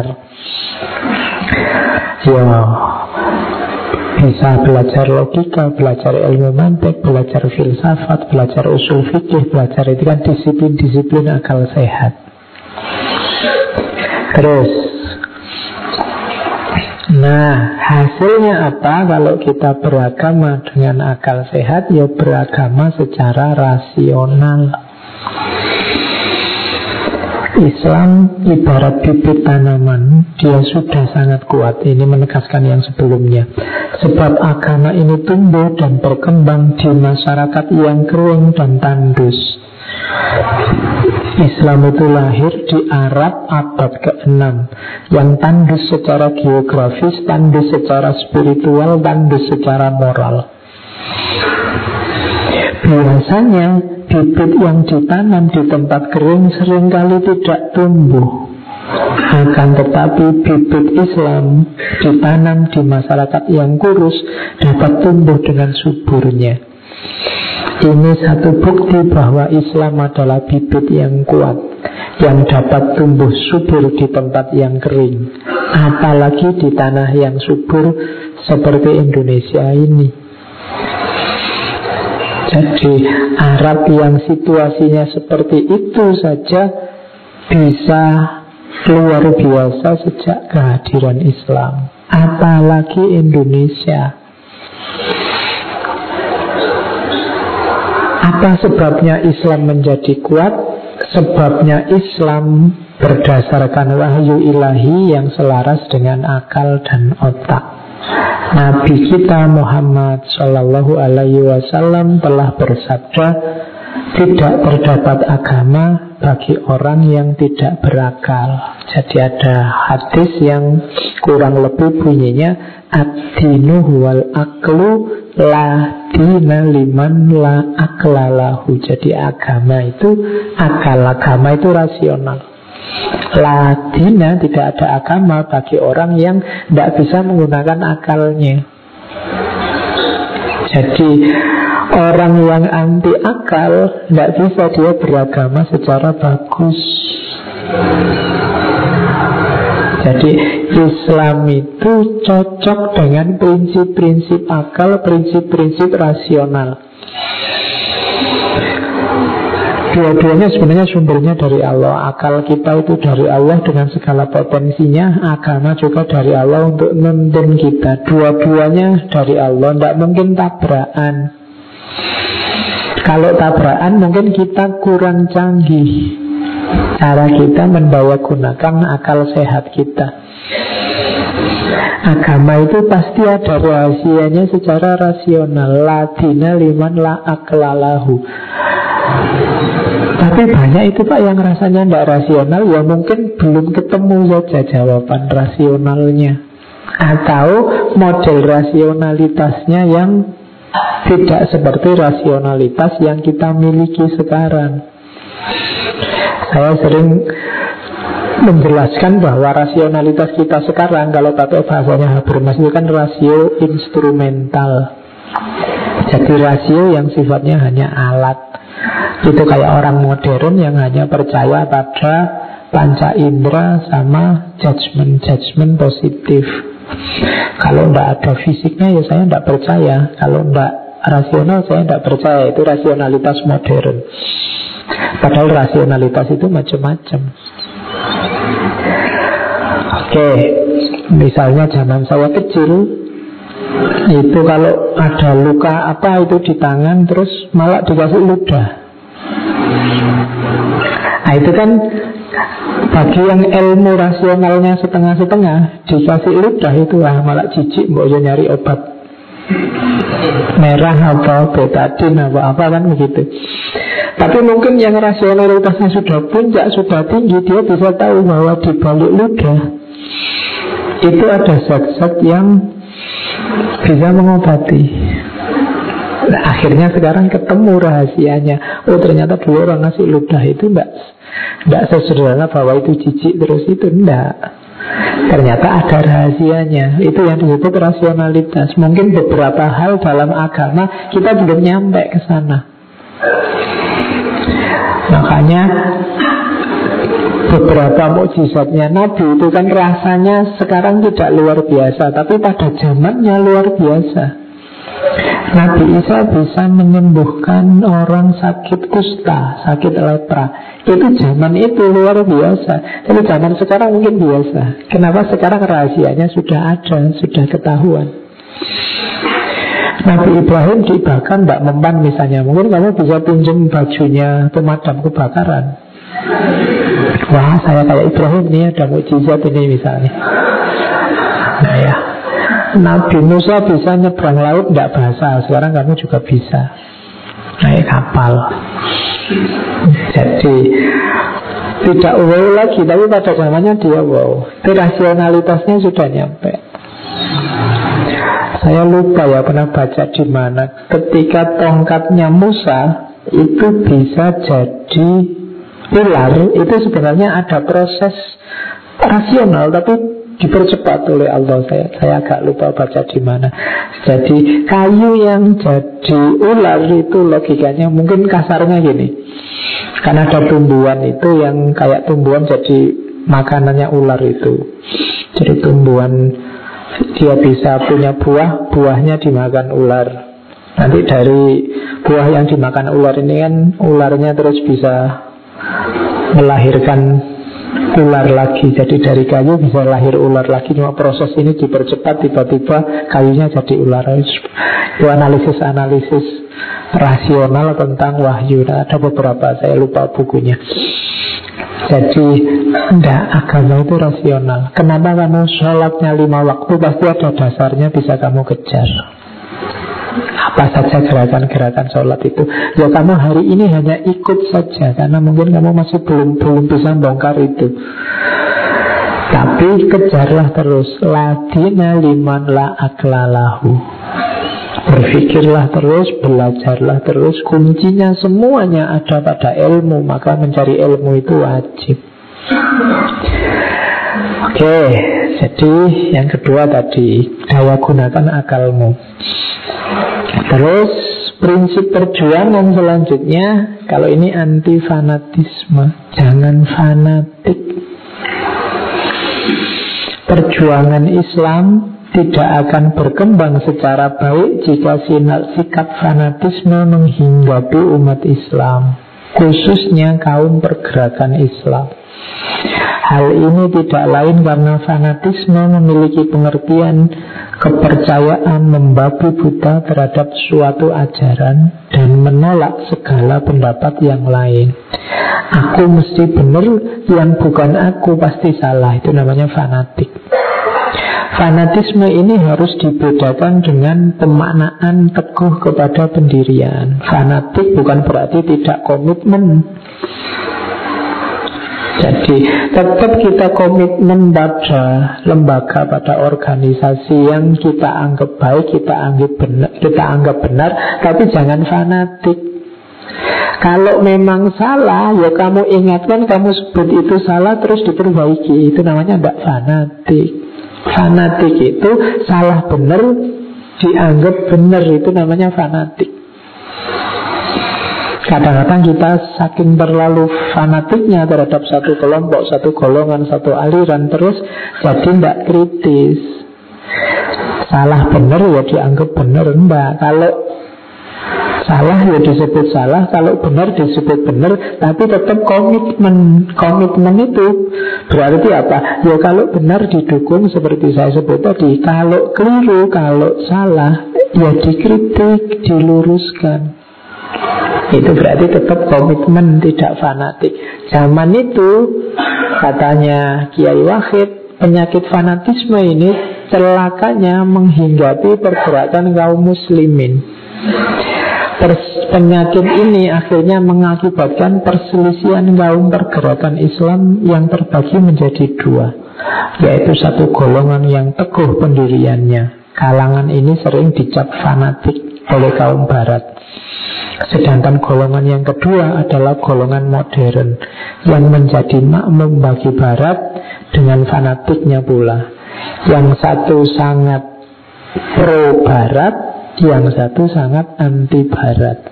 Ya bisa belajar logika, belajar ilmu mantik, belajar filsafat, belajar usul fikih, belajar itu kan disiplin-disiplin akal sehat. Terus, nah hasilnya apa kalau kita beragama dengan akal sehat? Ya beragama secara rasional. Islam ibarat bibit tanaman, dia sudah sangat kuat. Ini menegaskan yang sebelumnya. Sebab agama ini tumbuh dan berkembang di masyarakat yang kering dan tandus. Islam itu lahir di Arab abad keenam, yang tandus secara geografis, tandus secara spiritual, tandus secara moral. Biasanya bibit yang ditanam di tempat kering seringkali tidak tumbuh. Akan tetapi bibit Islam ditanam di masyarakat yang kurus dapat tumbuh dengan suburnya. Ini satu bukti bahwa Islam adalah bibit yang kuat, yang dapat tumbuh subur di tempat yang kering, apalagi di tanah yang subur seperti Indonesia ini. Jadi Arab yang situasinya seperti itu saja bisa luar biasa sejak kehadiran Islam, apalagi Indonesia. Apa sebabnya Islam menjadi kuat? Sebabnya Islam berdasarkan wahyu ilahi yang selaras dengan akal dan otak. Nabi kita Muhammad Sallallahu Alaihi Wasallam telah bersabda, tidak terdapat agama bagi orang yang tidak berakal. Jadi ada hadis yang kurang lebih bunyinya, ad-dinu huwal aklu la dina liman la aklalahu. Jadi agama itu akal, agama itu rasional. La dina, tidak ada agama bagi orang yang tidak bisa menggunakan akalnya. Jadi orang yang anti akal tidak bisa dia beragama secara bagus. Jadi Islam itu cocok dengan prinsip-prinsip akal, prinsip-prinsip rasional. Dua-duanya sebenarnya sumbernya dari Allah. Akal kita itu dari Allah dengan segala potensinya. Agama juga dari Allah untuk nuntun kita. Dua-duanya dari Allah. Tidak mungkin tabrakan. Kalau tabrakan mungkin kita kurang canggih cara kita membawa gunakan akal sehat kita. Agama itu pasti ada rahasianya secara rasional. Ladina liman la aklalahu. Tapi banyak itu Pak yang rasanya tidak rasional. Ya mungkin belum ketemu saja jawaban rasionalnya, atau model rasionalitasnya yang tidak seperti rasionalitas yang kita miliki sekarang. Saya sering menjelaskan bahwa rasionalitas kita sekarang, kalau pakai bahasanya Habermas, itu kan rasio instrumental. Jadi rasio yang sifatnya hanya alat. Itu kayak orang modern yang hanya percaya pada panca indera sama judgment-judgment positif. Kalau tidak ada fisiknya ya saya tidak percaya. Kalau tidak rasional saya tidak percaya. Itu rasionalitas modern. Padahal rasionalitas itu macam-macam. Oke, misalnya zaman saya kecil, itu kalau ada luka apa itu di tangan, terus malah dikasih ludah. Nah itu kan bagi yang ilmu rasionalnya setengah-setengah, dikasih ludah itu ah, malah jijik, mau nyari obat merah apa betadin apa apa kan begitu. Tapi mungkin yang rasionalitasnya sudah puncak, sudah tinggi, dia bisa tahu bahwa di balik ludah itu ada zat-zat yang bisa mengobati. Nah, akhirnya sekarang ketemu rahasianya. Oh ternyata dulu orang ngasih ludah itu enggak enggak sesederhana bahwa itu jijik terus itu enggak. Ternyata ada rahasianya. Itu yang disebut rasionalitas. Mungkin beberapa hal dalam agama kita belum nyampe ke sana. Makanya beberapa mukjizatnya Nabi itu kan rasanya sekarang tidak luar biasa, tapi pada zamannya luar biasa. Nabi Isa bisa menyembuhkan orang sakit kusta, sakit lepra. Itu zaman itu luar biasa. Tapi zaman sekarang mungkin biasa. Kenapa sekarang rahasianya sudah ada, sudah ketahuan. Nabi Ibrahim dibakar tidak mempan misalnya. Mungkin kamu bisa pinjam bajunya pemadam kebakaran. Wah saya kayak Ibrahim nih, ada mukjizat ini misalnya. Nah ya, Nabi Musa bisa nyebrang laut tidak basah. Sekarang kamu juga bisa naik kapal. Jadi tidak wow lagi, tapi pada zamannya dia wow. Itu rasionalitasnya sudah nyampe. Saya lupa ya pernah baca di mana ketika tongkatnya Musa itu bisa jadi ular, itu sebenarnya ada proses rasional tapi dipercepat oleh Allah. Saya saya agak lupa baca di mana. Jadi kayu yang jadi ular itu logikanya mungkin kasarnya gini. Karena ada tumbuhan itu yang kayak tumbuhan jadi makanannya ular itu. Jadi tumbuhan dia bisa punya buah, buahnya dimakan ular. Nanti dari buah yang dimakan ular ini kan ularnya terus bisa melahirkan ular lagi. Jadi dari kayu bisa lahir ular lagi. Cuma proses ini dipercepat, tiba-tiba kayunya jadi ular. Itu analisis-analisis rasional tentang wahyu. Nah, ada beberapa, saya lupa bukunya. Jadi enggak, agama itu rasional. Kenapa kamu sholatnya lima waktu? Pasti ada dasarnya, bisa kamu kejar. Apa saja gerakan-gerakan sholat itu. Ya kamu hari ini hanya ikut saja, karena mungkin kamu masih belum belum bisa bongkar itu. Tapi kejarlah terus. Ladina liman la aklalahu. Berpikirlah terus, belajarlah terus. Kuncinya semuanya ada pada ilmu. Maka mencari ilmu itu wajib. Oke, jadi yang kedua tadi, daya gunakan akalmu. Terus prinsip perjuangan selanjutnya, kalau ini anti fanatisme, jangan fanatik. perjuangan Islam tidak akan berkembang secara baik jika sikap fanatisme menghinggapi umat Islam, khususnya kaum pergerakan Islam. Hal ini tidak lain karena fanatisme memiliki pengertian kepercayaan membabi buta terhadap suatu ajaran dan menolak segala pendapat yang lain. Aku mesti benar, yang bukan aku pasti salah. Itu namanya fanatik. Fanatisme ini harus dibedakan dengan pemaknaan teguh kepada pendirian. Fanatik bukan berarti tidak komitmen. Jadi tetap kita komitmen pada lembaga, pada organisasi yang kita anggap baik, kita anggap benar, kita anggap benar, tapi jangan fanatik. Kalau memang salah, ya kamu ingatkan, kamu sebut itu salah, terus diperbaiki. Itu namanya tidak fanatik. Fanatik itu salah benar, dianggap benar, itu namanya fanatik. Kadang-kadang kita saking terlalu fanatiknya terhadap satu kelompok, satu golongan, satu aliran, terus jadi tidak kritis. Salah benar ya dianggap benar. Enggak, kalau salah ya disebut salah, kalau benar disebut benar, tapi tetap komitmen. Komitmen itu berarti apa? Ya kalau benar didukung seperti saya sebut tadi, kalau keliru, kalau salah ya dikritik, diluruskan. Itu berarti tetap komitmen, tidak fanatik. Zaman itu katanya Kiai Wahid, penyakit fanatisme ini celakanya menghinggapi pergerakan kaum muslimin. Penyakit ini akhirnya mengakibatkan perselisihan kaum pergerakan Islam yang terbagi menjadi dua, yaitu satu golongan yang teguh pendiriannya. Kalangan ini sering dicap fanatik oleh kaum barat. Sedangkan golongan yang kedua adalah golongan modern yang menjadi makmum bagi barat dengan fanatiknya pula. Yang satu sangat pro barat, yang satu sangat anti barat.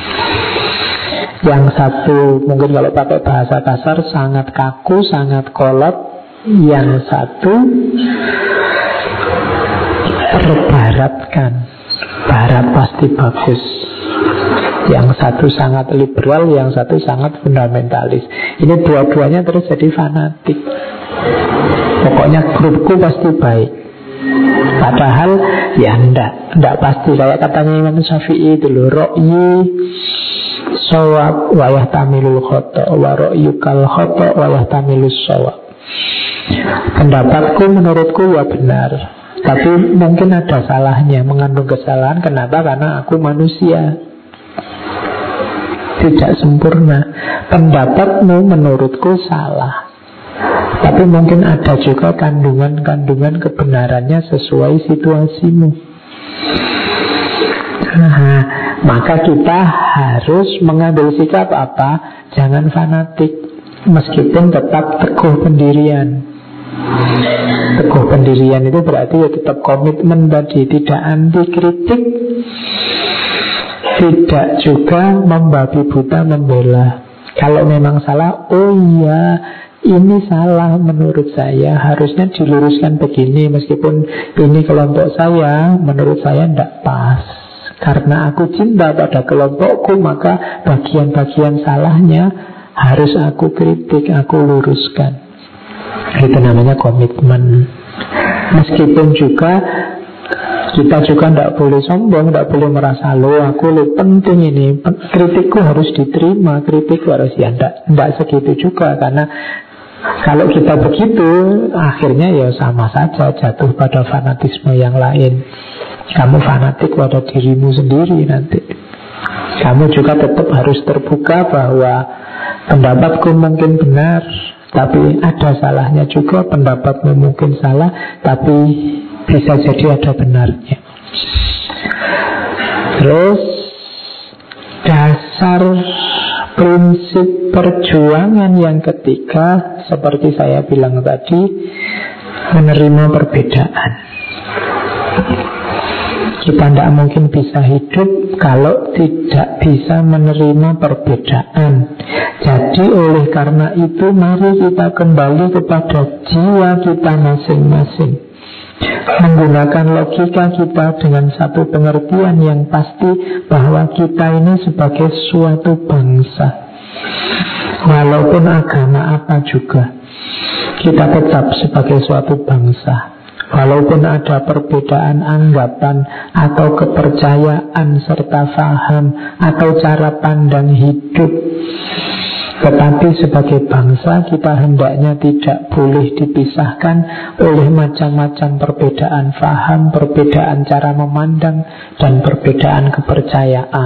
Yang satu mungkin kalau pakai bahasa kasar sangat kaku, sangat kolot. Yang satu terbaratkan, barat pasti bagus. Yang satu sangat liberal, yang satu sangat fundamentalis. Ini dua-duanya terus jadi fanatik. Pokoknya grupku pasti baik. Padahal ya enggak, enggak pasti. Kayak katanya Imam Syafi'i itu loh, Ro'yi sawab wa yahtamilul khata wa ro'yukal khata wa yahtamilus sawab. Pendapatku menurutku ya benar, tapi mungkin ada salahnya, mengandung kesalahan. Kenapa? Karena aku manusia, tidak sempurna. Pendapatmu menurutku salah, tapi mungkin ada juga kandungan-kandungan kebenarannya sesuai situasimu. Nah, maka kita harus mengambil sikap apa? Jangan fanatik, meskipun tetap teguh pendirian. Teguh pendirian itu berarti ya tetap komitmen tadi, tidak anti kritik, tidak juga membabi buta membela. Kalau memang salah, oh iya ini salah menurut saya, harusnya diluruskan begini. Meskipun ini kelompok saya, menurut saya tidak pas. Karena aku cinta pada kelompokku, maka bagian-bagian salahnya harus aku kritik, aku luruskan. Itu namanya komitmen. Meskipun juga kita juga tidak boleh sombong, tidak boleh merasa loh aku lebih penting ini, kritikku harus diterima, kritikku harus ya tidak, tidak segitu juga. Karena kalau kita begitu, akhirnya ya sama saja jatuh pada fanatisme yang lain. Kamu fanatik pada dirimu sendiri nanti. Kamu juga tetap harus terbuka bahwa pendapatku mungkin benar, tapi ada salahnya juga. Pendapatmu mungkin salah, tapi bisa jadi ada benarnya. Terus dasar prinsip perjuangan yang ketiga, seperti saya bilang tadi, menerima perbedaan. Kita tidak mungkin bisa hidup kalau tidak bisa menerima perbedaan. Jadi oleh karena itu, mari kita kembali kepada jiwa kita masing-masing, menggunakan logika kita dengan satu pengertian yang pasti bahwa kita ini sebagai suatu bangsa. Walaupun agama apa juga, kita tetap sebagai suatu bangsa. Walaupun ada perbedaan anggapan atau kepercayaan serta faham atau cara pandang hidup, tetapi sebagai bangsa kita hendaknya tidak boleh dipisahkan oleh macam-macam perbedaan faham, perbedaan cara memandang, dan perbedaan kepercayaan.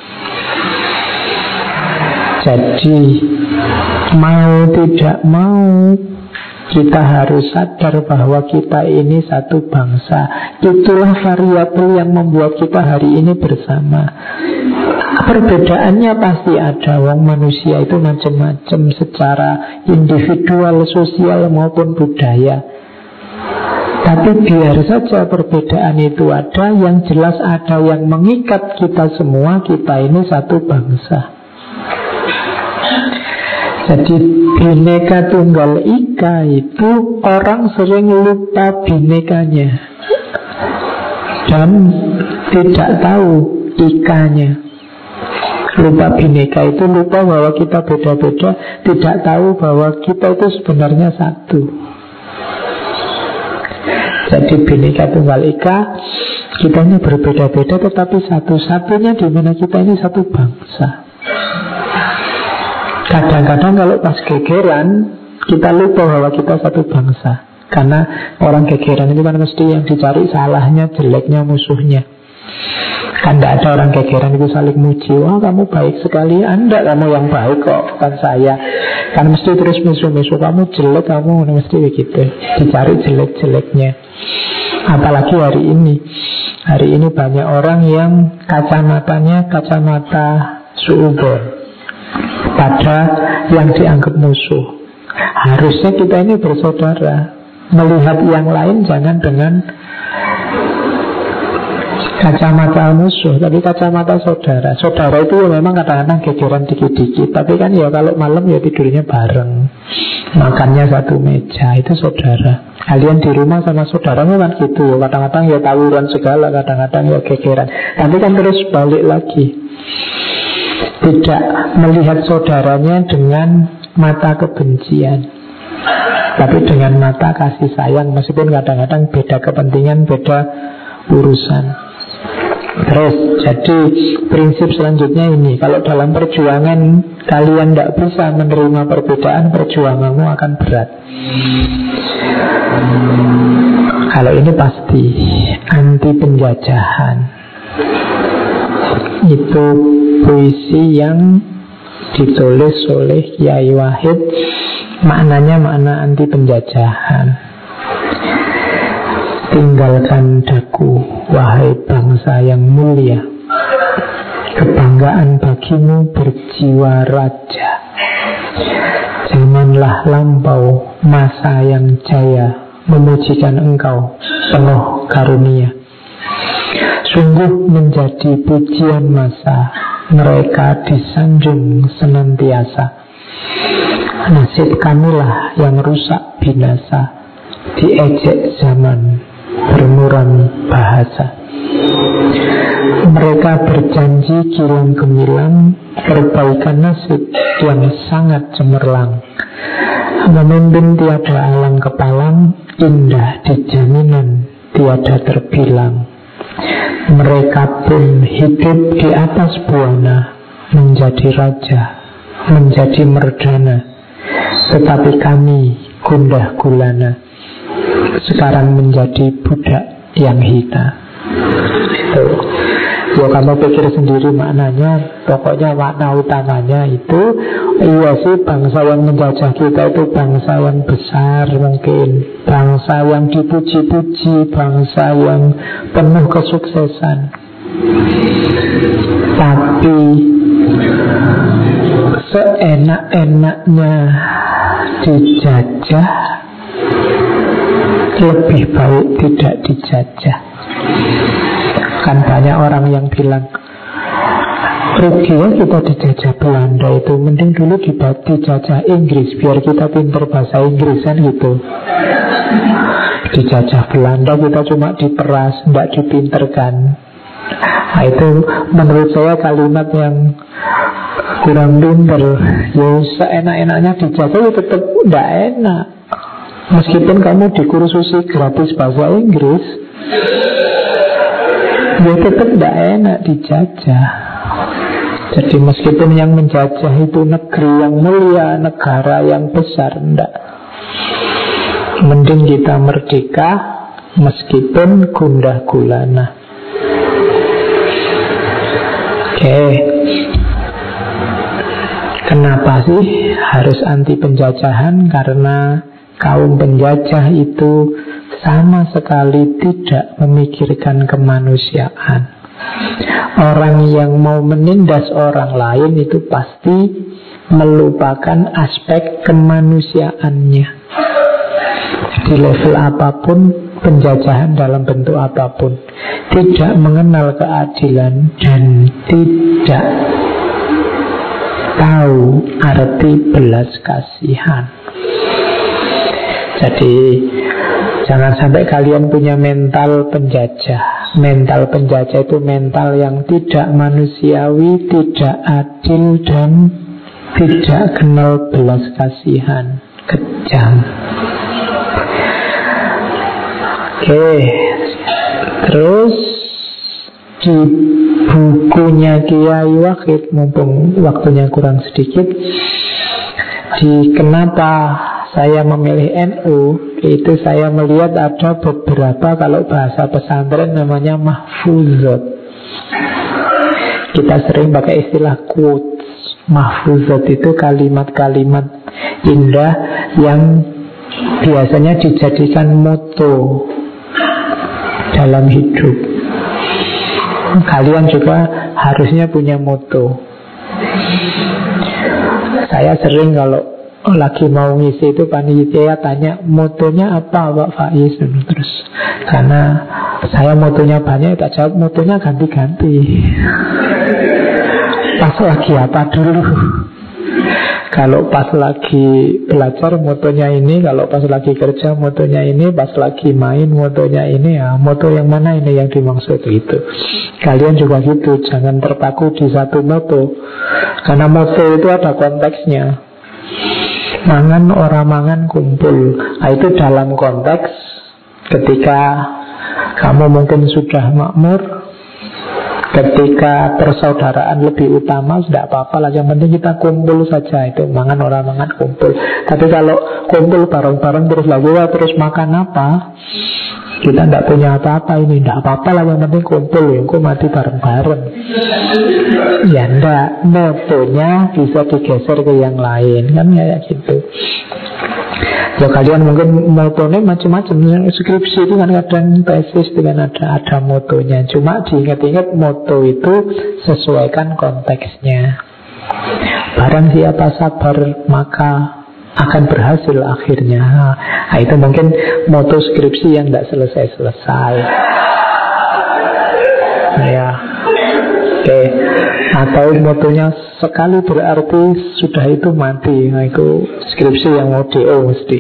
Jadi mau tidak mau, kita harus sadar bahwa kita ini satu bangsa. Itulah variabel yang membuat kita hari ini bersama. Perbedaannya pasti ada. Wong manusia itu macam-macam secara individual, sosial maupun budaya. Tapi biar saja perbedaan itu ada, yang jelas ada yang mengikat kita semua. Kita ini satu bangsa. Jadi Bhinneka Tunggal Ika itu orang sering lupa binekanya dan tidak tahu ikanya. Lupa bineka itu lupa bahwa kita beda-beda, tidak tahu bahwa kita itu sebenarnya satu. Jadi Bhinneka Tunggal Ika, kita ini berbeda-beda tetapi satu-satunya di mana kita ini satu bangsa. Kadang-kadang kalau pas gegeran kita lupa bahwa kita satu bangsa. Karena orang gegeran itu kan mesti yang dicari salahnya, jeleknya, musuhnya. Kan tidak ada orang gegeran itu saling muji. Wah kamu baik sekali. Anda kamu yang baik kok, bukan saya. Kan mesti terus musuh-musuh. Kamu jelek, kamu mesti begitu. Dicari jelek-jeleknya. Apalagi hari ini. Hari ini banyak orang yang kacamatanya kacamata suudzon pada yang dianggap musuh. Harusnya kita ini bersaudara, melihat yang lain jangan dengan kacamata musuh, tapi kacamata saudara. Saudara itu ya memang kadang-kadang gegeran dikit-dikit, tapi kan ya kalau malam ya tidurnya bareng, makannya satu meja, itu saudara. Kalian di rumah sama saudaramu kan gitu, kadang-kadang ya tawuran segala, kadang-kadang ya gegeran. Nanti kan terus balik lagi. Tidak melihat saudaranya dengan mata kebencian, tapi dengan mata kasih sayang. Meskipun kadang-kadang beda kepentingan, beda urusan. Terus, jadi prinsip selanjutnya ini, kalau dalam perjuangan kalian tidak bisa menerima perbedaan, perjuanganmu akan berat. Kalau ini pasti anti penjajahan. Itu puisi yang ditulis oleh Kyai Wahid. Maknanya makna anti penjajahan. Tinggalkan daku, wahai bangsa yang mulia. Kebanggaan bagimu berjiwa raja. Zamanlah lampau, masa yang jaya, memujikan engkau penuh karunia. Sungguh menjadi pujian masa, mereka disanjung senantiasa. Nasib kamilah yang rusak binasa, diejek zaman, bermuram bahasa. Mereka berjanji kilang gemilang, perbaikan nasib yang sangat cemerlang. Memimpin tiada alang kepalang, indah di jaminan tiada terbilang. Mereka pun hidup di atas buana, menjadi raja, menjadi merdana. Tetapi kami gundah gulana, sekarang menjadi budak yang hina. Itu. Ya kamu pikir sendiri maknanya. Pokoknya makna utamanya itu, iya sih bangsa yang menjajah kita itu bangsa yang besar mungkin, bangsa yang dipuji-puji, bangsa yang penuh kesuksesan. Tapi seenak-enaknya dijajah, lebih baik tidak dijajah. Bahkan banyak orang yang bilang, rugi ya kita dijajah Belanda itu, mending dulu dijajah Inggris biar kita pinter bahasa Inggris kan gitu. Dijajah Belanda kita cuma diperas, tidak dipinterkan. Nah itu menurut saya kalimat yang kurang pinter. Ya seenak-enaknya dijajah ya tetap tidak enak. Meskipun kamu dikursusi gratis bahasa Inggris, ya tetap tidak enak dijajah. Jadi meskipun yang menjajah itu negeri yang mulia, negara yang besar, enggak. Mending kita merdeka meskipun gundah gulana. Oke. Kenapa sih harus anti penjajahan? Karena kaum penjajah itu sama sekali tidak memikirkan kemanusiaan. Orang yang mau menindas orang lain itu pasti melupakan aspek kemanusiaannya. Di level apapun, penjajahan dalam bentuk apapun, tidak mengenal keadilan dan tidak tahu arti belas kasihan. Jadi jangan sampai kalian punya mental penjajah. Mental penjajah itu mental yang tidak manusiawi, tidak adil, dan tidak kenal belas kasihan. Kejam. Oke. Terus di bukunya Kiai Wahid, mumpung waktunya kurang sedikit, di kenapa saya memilih N U, itu saya melihat ada beberapa, kalau bahasa pesantren namanya mahfuzat. Kita sering pakai istilah quotes. Mahfuzat itu kalimat-kalimat indah yang biasanya dijadikan moto dalam hidup. Kalian juga harusnya punya moto. Saya sering kalau lagi mau ngisi itu panitia tanya, motonya apa Pak Faiz? Terus karena saya motonya banyak, tak jawab motonya ganti-ganti. Pas lagi apa dulu? Kalau pas lagi belajar motonya ini, kalau pas lagi kerja motonya ini, pas lagi main motonya ini, ya moto yang mana ini yang dimaksud itu. Kalian juga gitu, jangan terpaku di satu moto, karena moto itu ada konteksnya. Mangan orang mangan kumpul. Nah, itu dalam konteks ketika kamu mungkin sudah makmur, ketika persaudaraan lebih utama, tidak apa-apa lah, yang penting kita kumpul saja. Itu mangan orang mangan kumpul. Tapi kalau kumpul bareng-bareng terus lagi, wah terus makan apa? Kita tidak punya apa-apa ini, tidak apa-apa lah, yang penting kumpul, yang ku mati bareng-bareng. Ya enggak, motonya bisa digeser ke yang lain, kan kayak gitu. Ya kalian mungkin motonya macam-macam. Skripsi itu kan kadang tesis dengan ada ada motonya. Cuma diingat-ingat moto itu sesuaikan konteksnya. Barang siapa sabar maka akan berhasil akhirnya. Nah, itu mungkin moto skripsi yang tidak selesai-selesai. Ya, oke. Okay. Atau motonya sekali berarti sudah itu mati. Nah, itu skripsi yang mau D O mesti.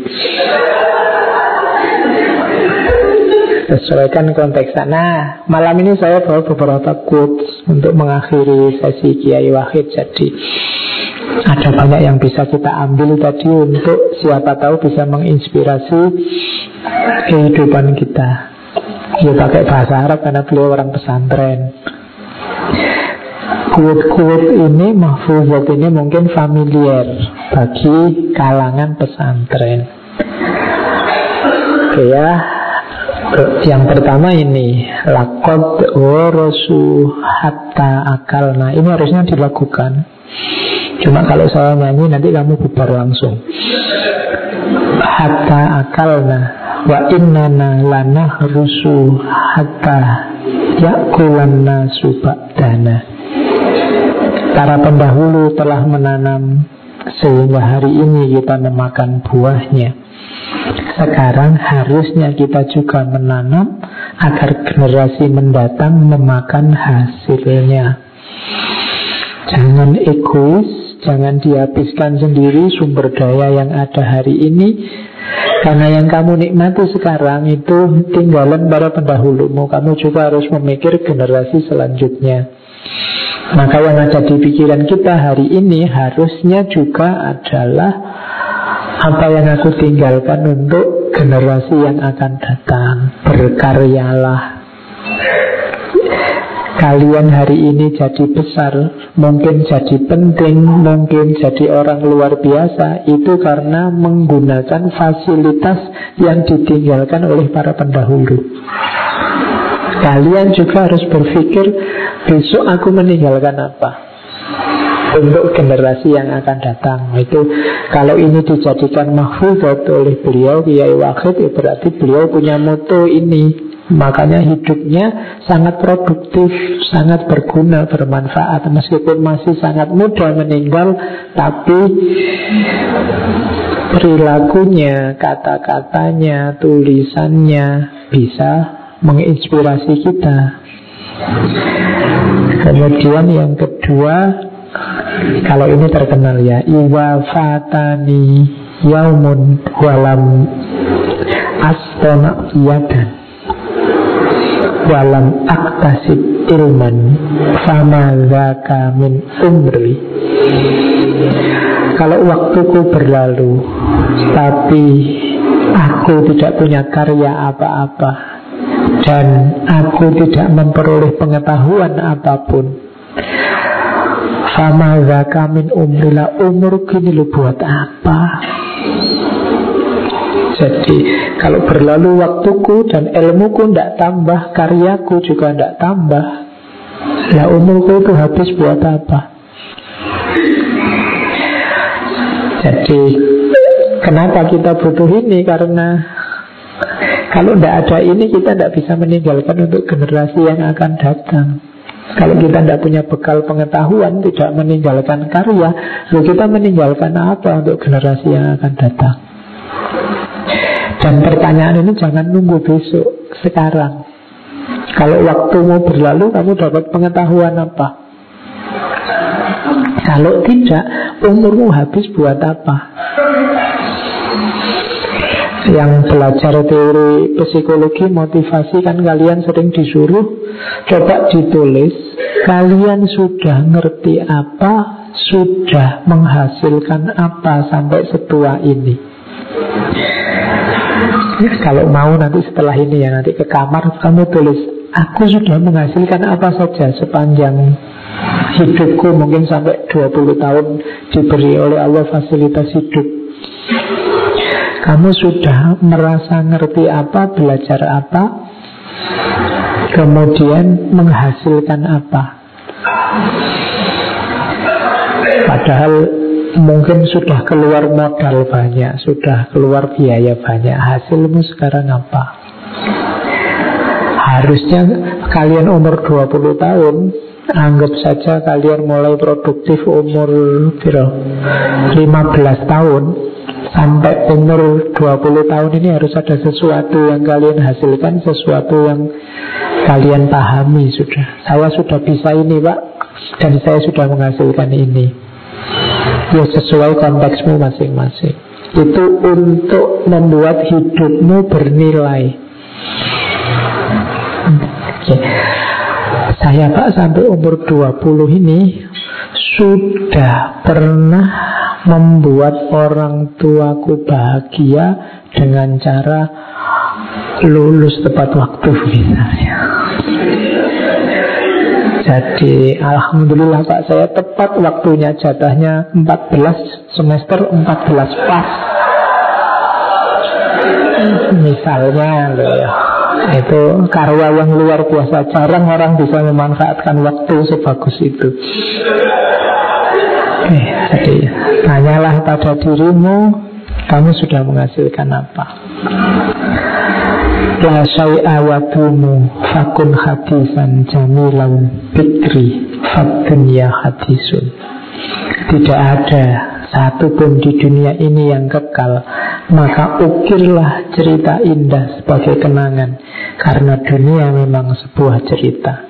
Sesuaikan konteksnya. Nah, malam ini saya bawa beberapa quotes untuk mengakhiri sesi Kiai Wahid. Jadi ada banyak yang bisa kita ambil tadi untuk siapa tahu bisa menginspirasi kehidupan kita. Ya pakai bahasa Arab karena beliau orang pesantren. Quote-quote ini, mahfuzat ini mungkin familiar bagi kalangan pesantren. Oke ya. Yang pertama ini, laqad warasu hatta akal. Nah ini harusnya dilakukan. Cuma kalau saya nyanyi nanti kamu bubar langsung. Hatta akalna wa innana lanah rusu hatta yakulanna subadana. Para pendahulu telah menanam sehingga hari ini kita memakan buahnya. sekarang harusnya kita juga menanam agar generasi mendatang memakan hasilnya. Jangan egois, jangan dihabiskan sendiri sumber daya yang ada hari ini, karena yang kamu nikmati sekarang itu tinggalan para pendahulumu. Kamu juga harus memikir generasi selanjutnya. Maka yang ada di pikiran kita hari ini harusnya juga adalah apa yang aku tinggalkan untuk generasi yang akan datang. Berkaryalah. Kalian hari ini jadi besar, mungkin jadi penting, mungkin jadi orang luar biasa, itu karena menggunakan fasilitas yang ditinggalkan oleh para pendahulu. Kalian juga harus berpikir, besok aku meninggalkan apa untuk generasi yang akan datang. Itu kalau ini dijadikan mahfuzat oleh beliau Kiai Wahid, ya berarti beliau punya moto ini. Makanya hidupnya sangat produktif, sangat berguna, bermanfaat. Meskipun masih sangat muda meninggal, tapi perilakunya, kata-katanya, tulisannya bisa menginspirasi kita. Kemudian yang kedua, kalau ini terkenal ya, Iwa fatani yaumun walam astona yadan walam aktasib ilman fama zaka min umri. Kalau waktuku berlalu tapi aku tidak punya karya apa-apa dan aku tidak memperoleh pengetahuan apapun, fama zaka min umri, lah umur gini lu buat apa? Jadi kalau berlalu waktuku dan ilmuku tidak tambah, karyaku juga tidak tambah, lah umurku itu habis buat apa? Jadi kenapa kita butuh ini? Karena kalau tidak ada ini, kita tidak bisa meninggalkan untuk generasi yang akan datang. Kalau kita tidak punya bekal pengetahuan, tidak meninggalkan karya, lalu kita meninggalkan apa untuk generasi yang akan datang? Dan pertanyaan ini jangan nunggu besok, sekarang. Kalau waktumu berlalu, kamu dapat pengetahuan apa? Kalau tidak, umurmu habis buat apa? Yang belajar teori psikologi motivasi kan kalian sering disuruh coba ditulis, kalian sudah ngerti apa, sudah menghasilkan apa sampai setua ini. Kalau mau nanti setelah ini ya, nanti ke kamar kamu tulis, aku sudah menghasilkan apa saja sepanjang hidupku, mungkin sampai dua puluh tahun diberi oleh Allah fasilitas hidup. Kamu sudah merasa ngerti apa, belajar apa, kemudian menghasilkan apa. Padahal mungkin sudah keluar modal banyak, sudah keluar biaya banyak. Hasilmu sekarang apa? Harusnya kalian umur dua puluh tahun, anggap saja kalian mulai produktif umur lima belas tahun. Sampai umur dua puluh tahun ini harus ada sesuatu yang kalian hasilkan, sesuatu yang kalian pahami sudah. Saya sudah bisa ini Pak, dan saya sudah menghasilkan ini. Ya sesuai konteksmu masing-masing. Itu untuk membuat hidupmu bernilai. Oke. Saya Pak sampai umur dua puluh ini sudah pernah membuat orang tuaku bahagia dengan cara lulus tepat waktu misalnya. Jadi alhamdulillah Pak, saya tepat waktunya, jatahnya empat belas semester, empat belas pas. Misalnya loh ya, itu karya yang luar biasa. Jarang orang bisa memanfaatkan waktu sebagus itu. Oke, jadi tanyalah pada dirimu, kamu sudah menghasilkan apa? La syai'a wadumu fakun hadisan jamilan fikri fad-dunya hadisun. Tidak ada satu pun di dunia ini yang kekal, maka ukirlah cerita indah sebagai kenangan, karena dunia memang sebuah cerita.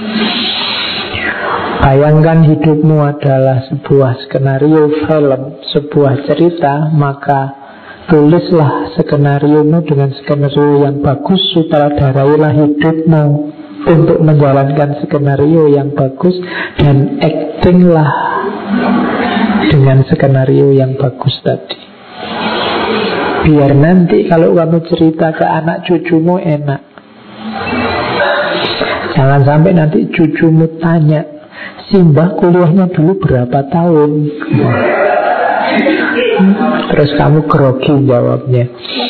Bayangkan hidupmu adalah sebuah skenario film, sebuah cerita, maka tulislah skenariomu dengan skenario yang bagus, sutradarailah hidupmu untuk menjalankan skenario yang bagus, dan actinglah dengan skenario yang bagus tadi. Biar nanti kalau kamu cerita ke anak cucumu enak. Jangan sampai nanti cucumu tanya, Simbah kuliahnya dulu berapa tahun? Terus kamu grogi jawabnya.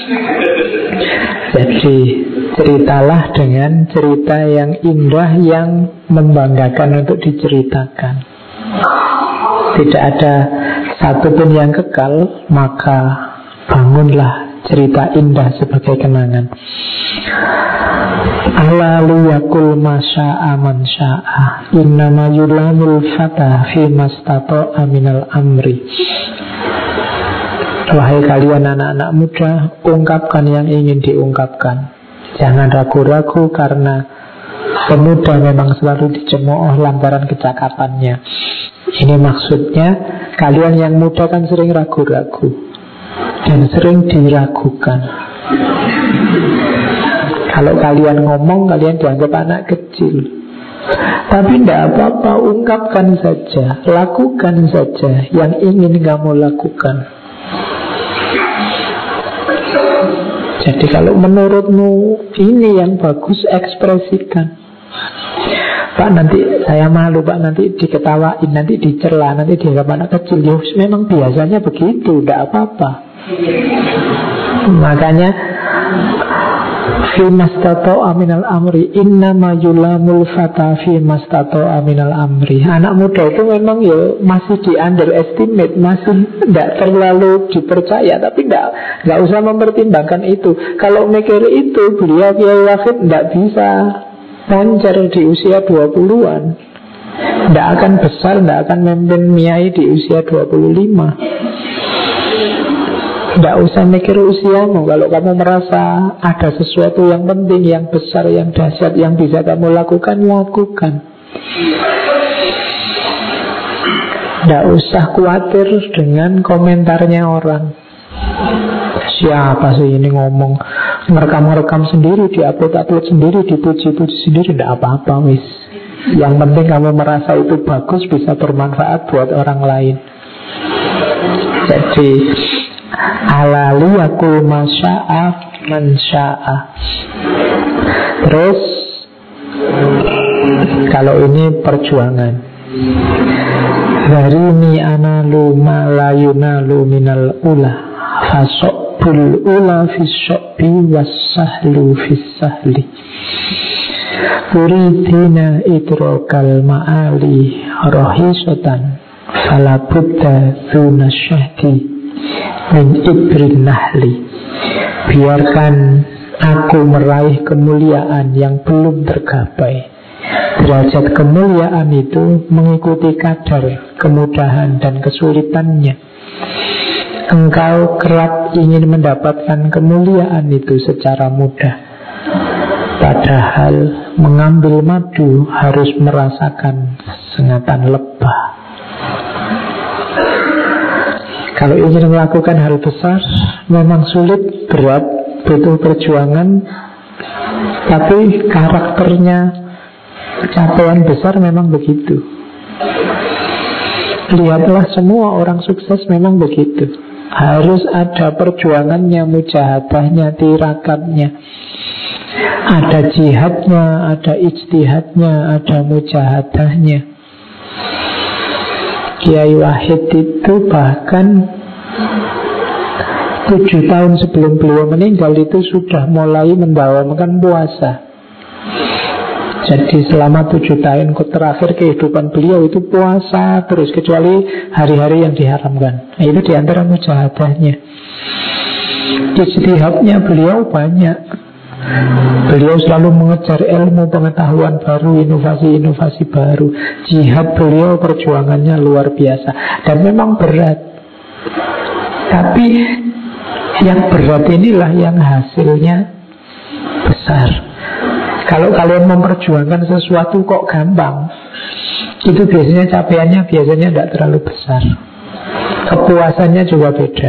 Jadi ceritalah dengan cerita yang indah, yang membanggakan untuk diceritakan. Tidak ada satupun yang kekal, maka bangunlah cerita indah sebagai kenangan. Ala liyakul masya'a man sya'a, innama yulamul fata fi mastata'a minal amri. Wahai kalian anak-anak muda, ungkapkan yang ingin diungkapkan. Jangan ragu-ragu, karena pemuda memang selalu dicemooh lantaran kecakapannya. Ini maksudnya, kalian yang muda kan sering ragu-ragu dan sering diragukan. Kalau kalian ngomong, kalian dianggap anak kecil. Tapi tidak apa-apa, ungkapkan saja, lakukan saja yang ingin kamu lakukan. Jadi kalau menurutmu ini yang bagus, ekspresikan. Pak, nanti saya malu, Pak, nanti diketawain, nanti dicela, nanti dianggap anak kecil. Ya, memang biasanya begitu, tidak apa-apa. Makanya fi mastata'a minal amri, innama yulamul fata fi mastata'a minal amri. Anak muda itu memang ya masih di underestimate, masih tidak terlalu dipercaya. Tapi tidak nggak usah mempertimbangkan itu. Kalau mikir itu, beliau Kiai Wahid tidak bisa lancar di usia dua puluhan. Tidak akan besar, tidak akan memimpin Miai di usia dua puluh lima. Tidak usah mikir usiamu. Kalau kamu merasa ada sesuatu yang penting, yang besar, yang dahsyat, yang bisa kamu lakukan, lakukan. Tidak usah khawatir dengan komentarnya orang. Siapa sih ini ngomong, merekam-rekam sendiri, diupload-upload sendiri, dipuji-puji sendiri, tidak apa-apa wis. Yang penting kamu merasa itu bagus, bisa bermanfaat buat orang lain. Jadi ala liyakul masya'a man sya'a. Terus kalau ini perjuangan, Harini analu ma la yunalu minal ula, fasobbul ula fissobbi wassahlu fissahli. Uridina idrokal ma'ali rohisotan, falabudda dhuna syahdi min ibrin nahli. Biarkan aku meraih kemuliaan yang belum tergapai. Derajat kemuliaan itu mengikuti kadar kemudahan dan kesulitannya. Engkau kerap ingin mendapatkan kemuliaan itu secara mudah, padahal mengambil madu harus merasakan sengatan lebah. Kalau ingin melakukan hal besar, memang sulit, berat, butuh perjuangan. Tapi karakternya capaian besar memang begitu. Lihatlah semua orang sukses memang begitu. Harus ada perjuangannya, mujahadahnya, tirakatnya. Ada jihadnya, ada ijtihadnya, ada mujahadahnya. Kiai Wahid itu bahkan tujuh tahun sebelum beliau meninggal itu sudah mulai mendawamkan puasa. Jadi selama tujuh tahun terakhir kehidupan beliau itu puasa terus, kecuali hari-hari yang diharamkan. Nah, itu diantara mujahadahnya. Ijtihadnya beliau banyak. Beliau selalu mengejar ilmu, pengetahuan baru, inovasi-inovasi baru. Jihad beliau, perjuangannya luar biasa. Dan memang berat. Tapi Yang berat inilah yang hasilnya besar. Kalau kalian memperjuangkan sesuatu kok gampang, itu biasanya capaiannya biasanya tidak terlalu besar. Kepuasannya juga beda.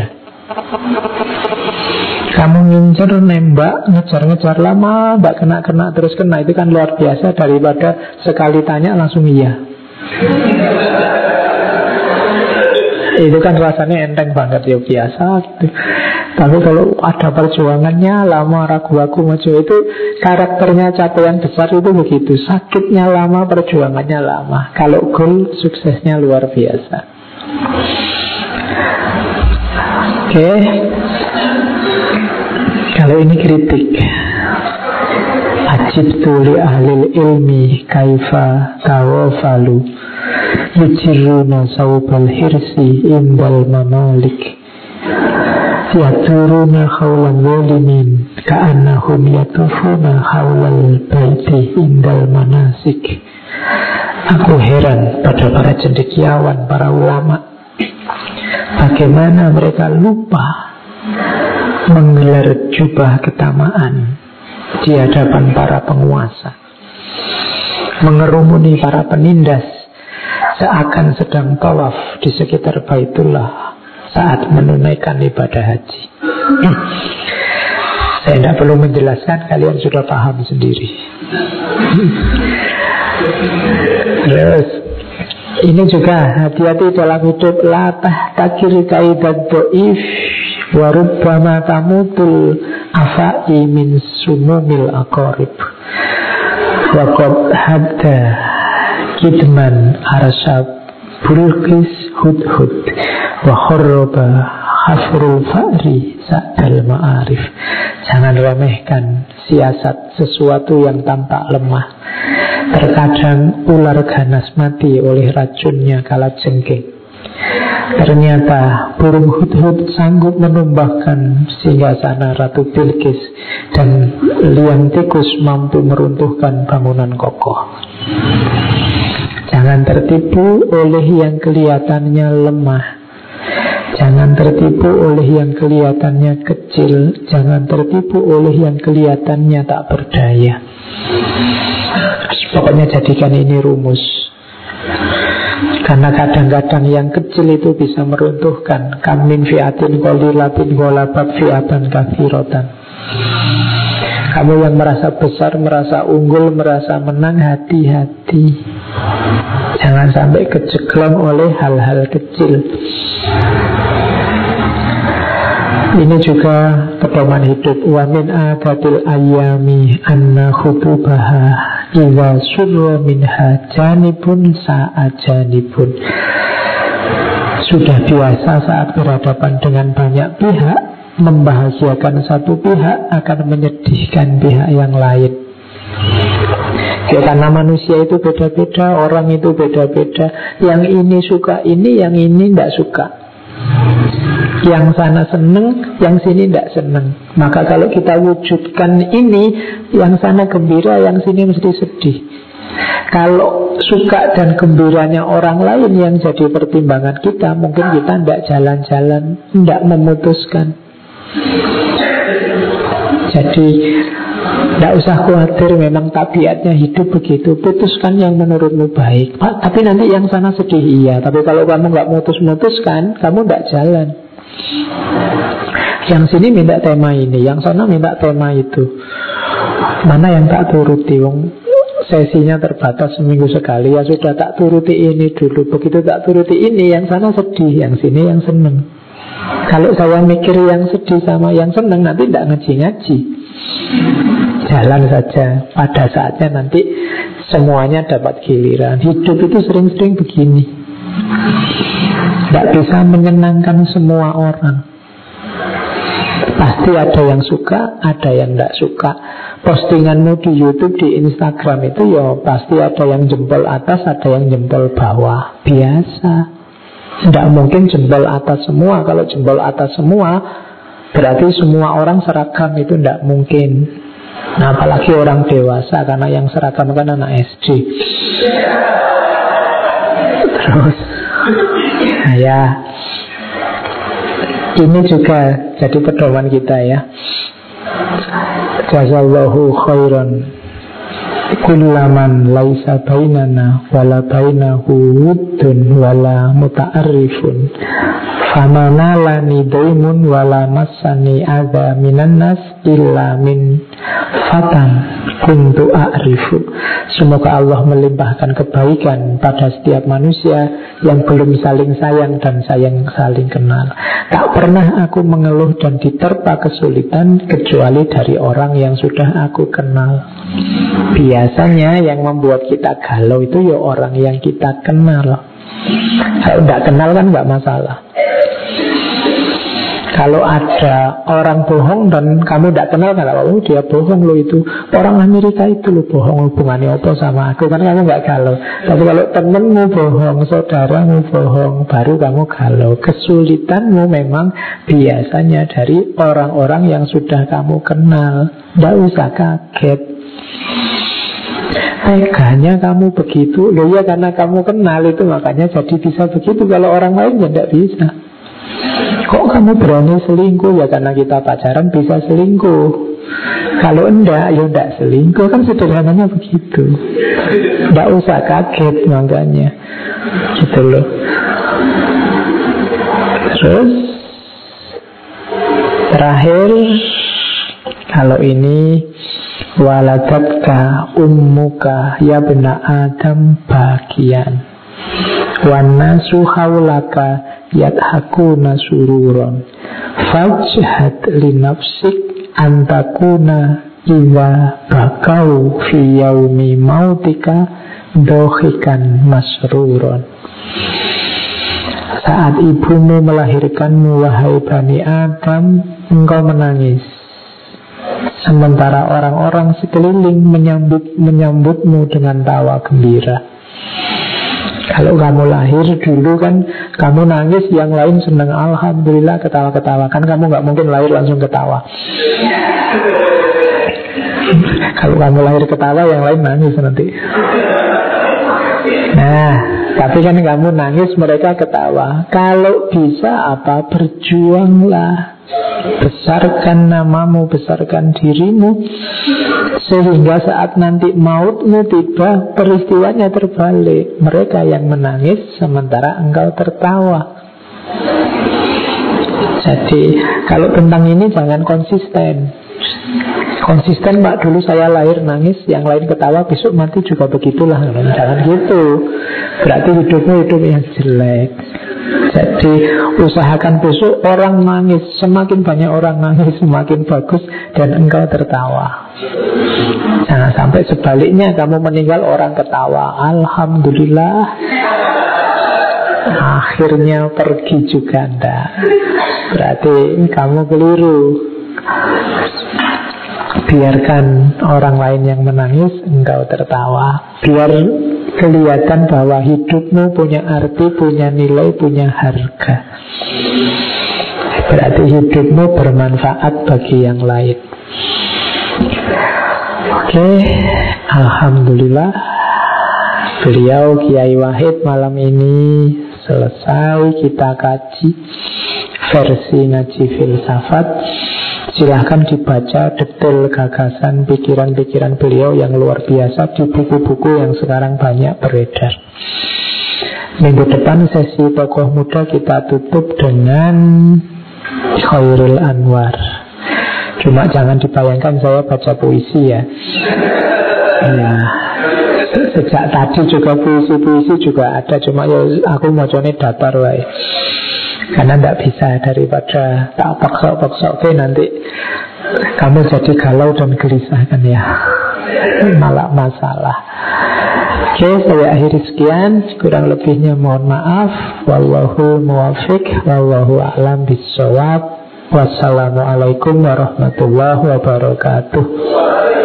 Kamu ngincer, nembak, ngejar-ngejar lama, mbak kena-kena terus kena, itu kan luar biasa daripada sekali tanya langsung iya. Itu kan rasanya enteng banget, ya biasa gitu. Tapi kalau ada perjuangannya lama, ragu-ragu maju, itu karakternya capaian besar itu begitu. Sakitnya lama, perjuangannya lama. Kalau goal, suksesnya luar biasa. Oke okay. Kalau ini kritik. Ajibtu li ahlil ilmi kaifa tawafalu yujiruna sawbal hirsi indal mamalik yaturuna khawlan zalimin ka'annahum yatufuna khawlal baiti indal manasik. Aku heran pada para cendekiawan, para ulama, bagaimana mereka lupa menggelar jubah ketamaan di hadapan para penguasa, mengerumuni para penindas, seakan sedang tawaf di sekitar Baitullah saat menunaikan ibadah haji. Saya tidak perlu menjelaskan, kalian sudah paham sendiri. Terus ini juga hati-hati dalam hidup. La tahtakir kaidat do'if wa rubbama tamutul afai min sumumil aqarib wa qad hadda kidman arsab bulqis hudhud wa kharraba hafrul fa'ri sa'dal ma'arif. Jangan remehkan siasat sesuatu yang tampak lemah. Terkadang ular ganas mati oleh racunnya kalajengking. Ternyata burung hudhud sanggup menumbahkan singgasana Ratu Bilqis, dan liang tikus mampu meruntuhkan bangunan kokoh. Jangan tertipu oleh yang kelihatannya lemah. Jangan tertipu oleh yang kelihatannya kecil. Jangan tertipu oleh yang kelihatannya tak berdaya. Pokoknya jadikan ini rumus. Karena kadang-kadang yang kecil itu bisa meruntuhkan. Kam min fi'atin qalilatin ghalabat fi'atan katsiratan. Kamu yang merasa besar, merasa unggul, merasa menang, hati-hati. Jangan sampai keceklong oleh hal-hal kecil. Ini juga pedoman hidup. Wa min adatil ayami anna khutubaha idza surra minha janibun sa'a janibun. Sudah biasa saat berhadapan dengan banyak pihak, membahagiakan satu pihak akan menyedihkan pihak yang lain. Ya, karena manusia itu beda-beda, orang itu beda-beda. Yang ini suka ini, yang ini tidak suka. Yang sana seneng, yang sini tidak seneng. Maka kalau kita wujudkan ini, yang sana gembira, yang sini mesti sedih. Kalau suka dan gembiranya orang lain yang jadi pertimbangan kita, mungkin kita tidak jalan-jalan, tidak memutuskan. Jadi tidak usah khawatir, memang tabiatnya hidup begitu. Putuskan yang menurutmu baik. Pak, tapi nanti yang sana sedih, iya. Tapi kalau kamu nggak mutus-mutuskan, kamu tidak jalan. Yang sini minta tema ini, yang sana minta tema itu. Mana yang tak turuti? Wong sesinya terbatas seminggu sekali, ya sudah tak turuti ini dulu. Begitu tak turuti ini, yang sana sedih, yang sini yang seneng. Kalau saya mikir yang sedih sama yang seneng, nanti tidak ngaji-ngaji. Jalan saja, pada saatnya nanti semuanya dapat giliran. Hidup itu sering-sering begini. Tidak bisa menyenangkan semua orang. Pasti ada yang suka, ada yang tidak suka. Postinganmu di YouTube, di Instagram itu ya pasti ada yang jempol atas, ada yang jempol bawah. Biasa. Tidak mungkin jempol atas semua. Kalau jempol atas semua, berarti semua orang seragam. Itu tidak mungkin. Nah, apalagi orang dewasa, karena yang seragam kan anak S D. Terus, nah ya, Ini juga jadi pedoman kita ya. Jazallahu khairan kullaman laisa bainana wala bainahu wuddun wala muta'arrifun famanalani daimun wala masani adha minan nas illa min fatan kuntu a'rifu. Semoga Allah melimpahkan kebaikan pada setiap manusia yang belum saling sayang dan sayang saling kenal. Tak pernah aku mengeluh dan diterpa kesulitan kecuali dari orang yang sudah aku kenal. Biasanya yang membuat kita galau itu ya orang yang kita kenal. Kalau tidak kenal kan nggak masalah. Kalau ada orang bohong dan kamu tidak kenal, kalau oh, dia bohong lo itu, orang Amerika itu lo bohong, hubungannya apa sama aku, kan kamu nggak galau. Tapi kalau temenmu bohong, saudaramu bohong, baru kamu galau. Kesulitanmu memang biasanya dari orang-orang yang sudah kamu kenal. Tidak usah kaget. Teganya kamu begitu, loh ya karena kamu kenal itu makanya jadi bisa begitu. Kalau orang lain ya tidak bisa. Kok kamu berani selingkuh? Ya karena kita pacaran bisa selingkuh. Kalau enggak, ya enggak selingkuh. Kan sederhananya begitu. Enggak usah kaget makanya. Gitu loh. Terus terakhir, kalau ini waladatka ummuka ya bena Adam bagian wanasu haulaka yadhakuna sururon fajhad linafsik antakuna iza bakau fi yaumi mautika dohikan masruron. Saat ibumu melahirkanmu wahai Bani Adam, engkau menangis, sementara orang-orang sekeliling menyambut menyambutmu dengan tawa gembira. Kalau kamu lahir dulu kan kamu nangis, yang lain senang, alhamdulillah, ketawa-ketawa. Kan kamu nggak mungkin lahir langsung ketawa. Kalau kamu lahir ketawa, yang lain nangis nanti. Nah, tapi kan kamu nangis, mereka ketawa. Kalau bisa apa, berjuanglah. Besarkan namamu, besarkan dirimu, sehingga saat nanti mautmu tiba, peristiwanya terbalik. Mereka yang menangis sementara engkau tertawa. Jadi kalau tentang ini jangan konsisten. Konsisten, Pak, dulu saya lahir nangis, yang lain ketawa, besok mati juga begitulah. Jangan gitu. Berarti hidupmu hidup yang jelek. Jadi usahakan besok orang nangis, semakin banyak orang nangis semakin bagus, dan engkau tertawa. Jangan sampai sebaliknya, kamu meninggal orang ketawa, alhamdulillah, akhirnya pergi juga ndak. Berarti kamu keliru. Biarkan orang lain yang menangis, engkau tertawa. Biar kelihatan bahwa hidupmu punya arti, punya nilai, punya harga. Berarti hidupmu bermanfaat bagi yang lain. Oke, alhamdulillah, beliau Kiai Wahid malam ini selesai kita kaji versi ngaji filsafat. Silahkan dibaca detail gagasan, pikiran-pikiran beliau yang luar biasa di buku-buku yang sekarang banyak beredar. Minggu depan sesi tokoh muda kita tutup dengan Khairul Anwar. Cuma jangan dibayangkan saya baca puisi ya. Ya, sejak tadi juga puisi-puisi juga ada, cuma ya aku mau coba datar wae. Karena tidak bisa, daripada tak paksa-paksa, oke nanti kamu jadi galau dan gelisah kan ya, malah masalah. Oke, saya akhiri sekian, kurang lebihnya mohon maaf. Wallahu muwafiq, wallahu a'lam bissawab. Wassalamualaikum warahmatullahi wabarakatuh.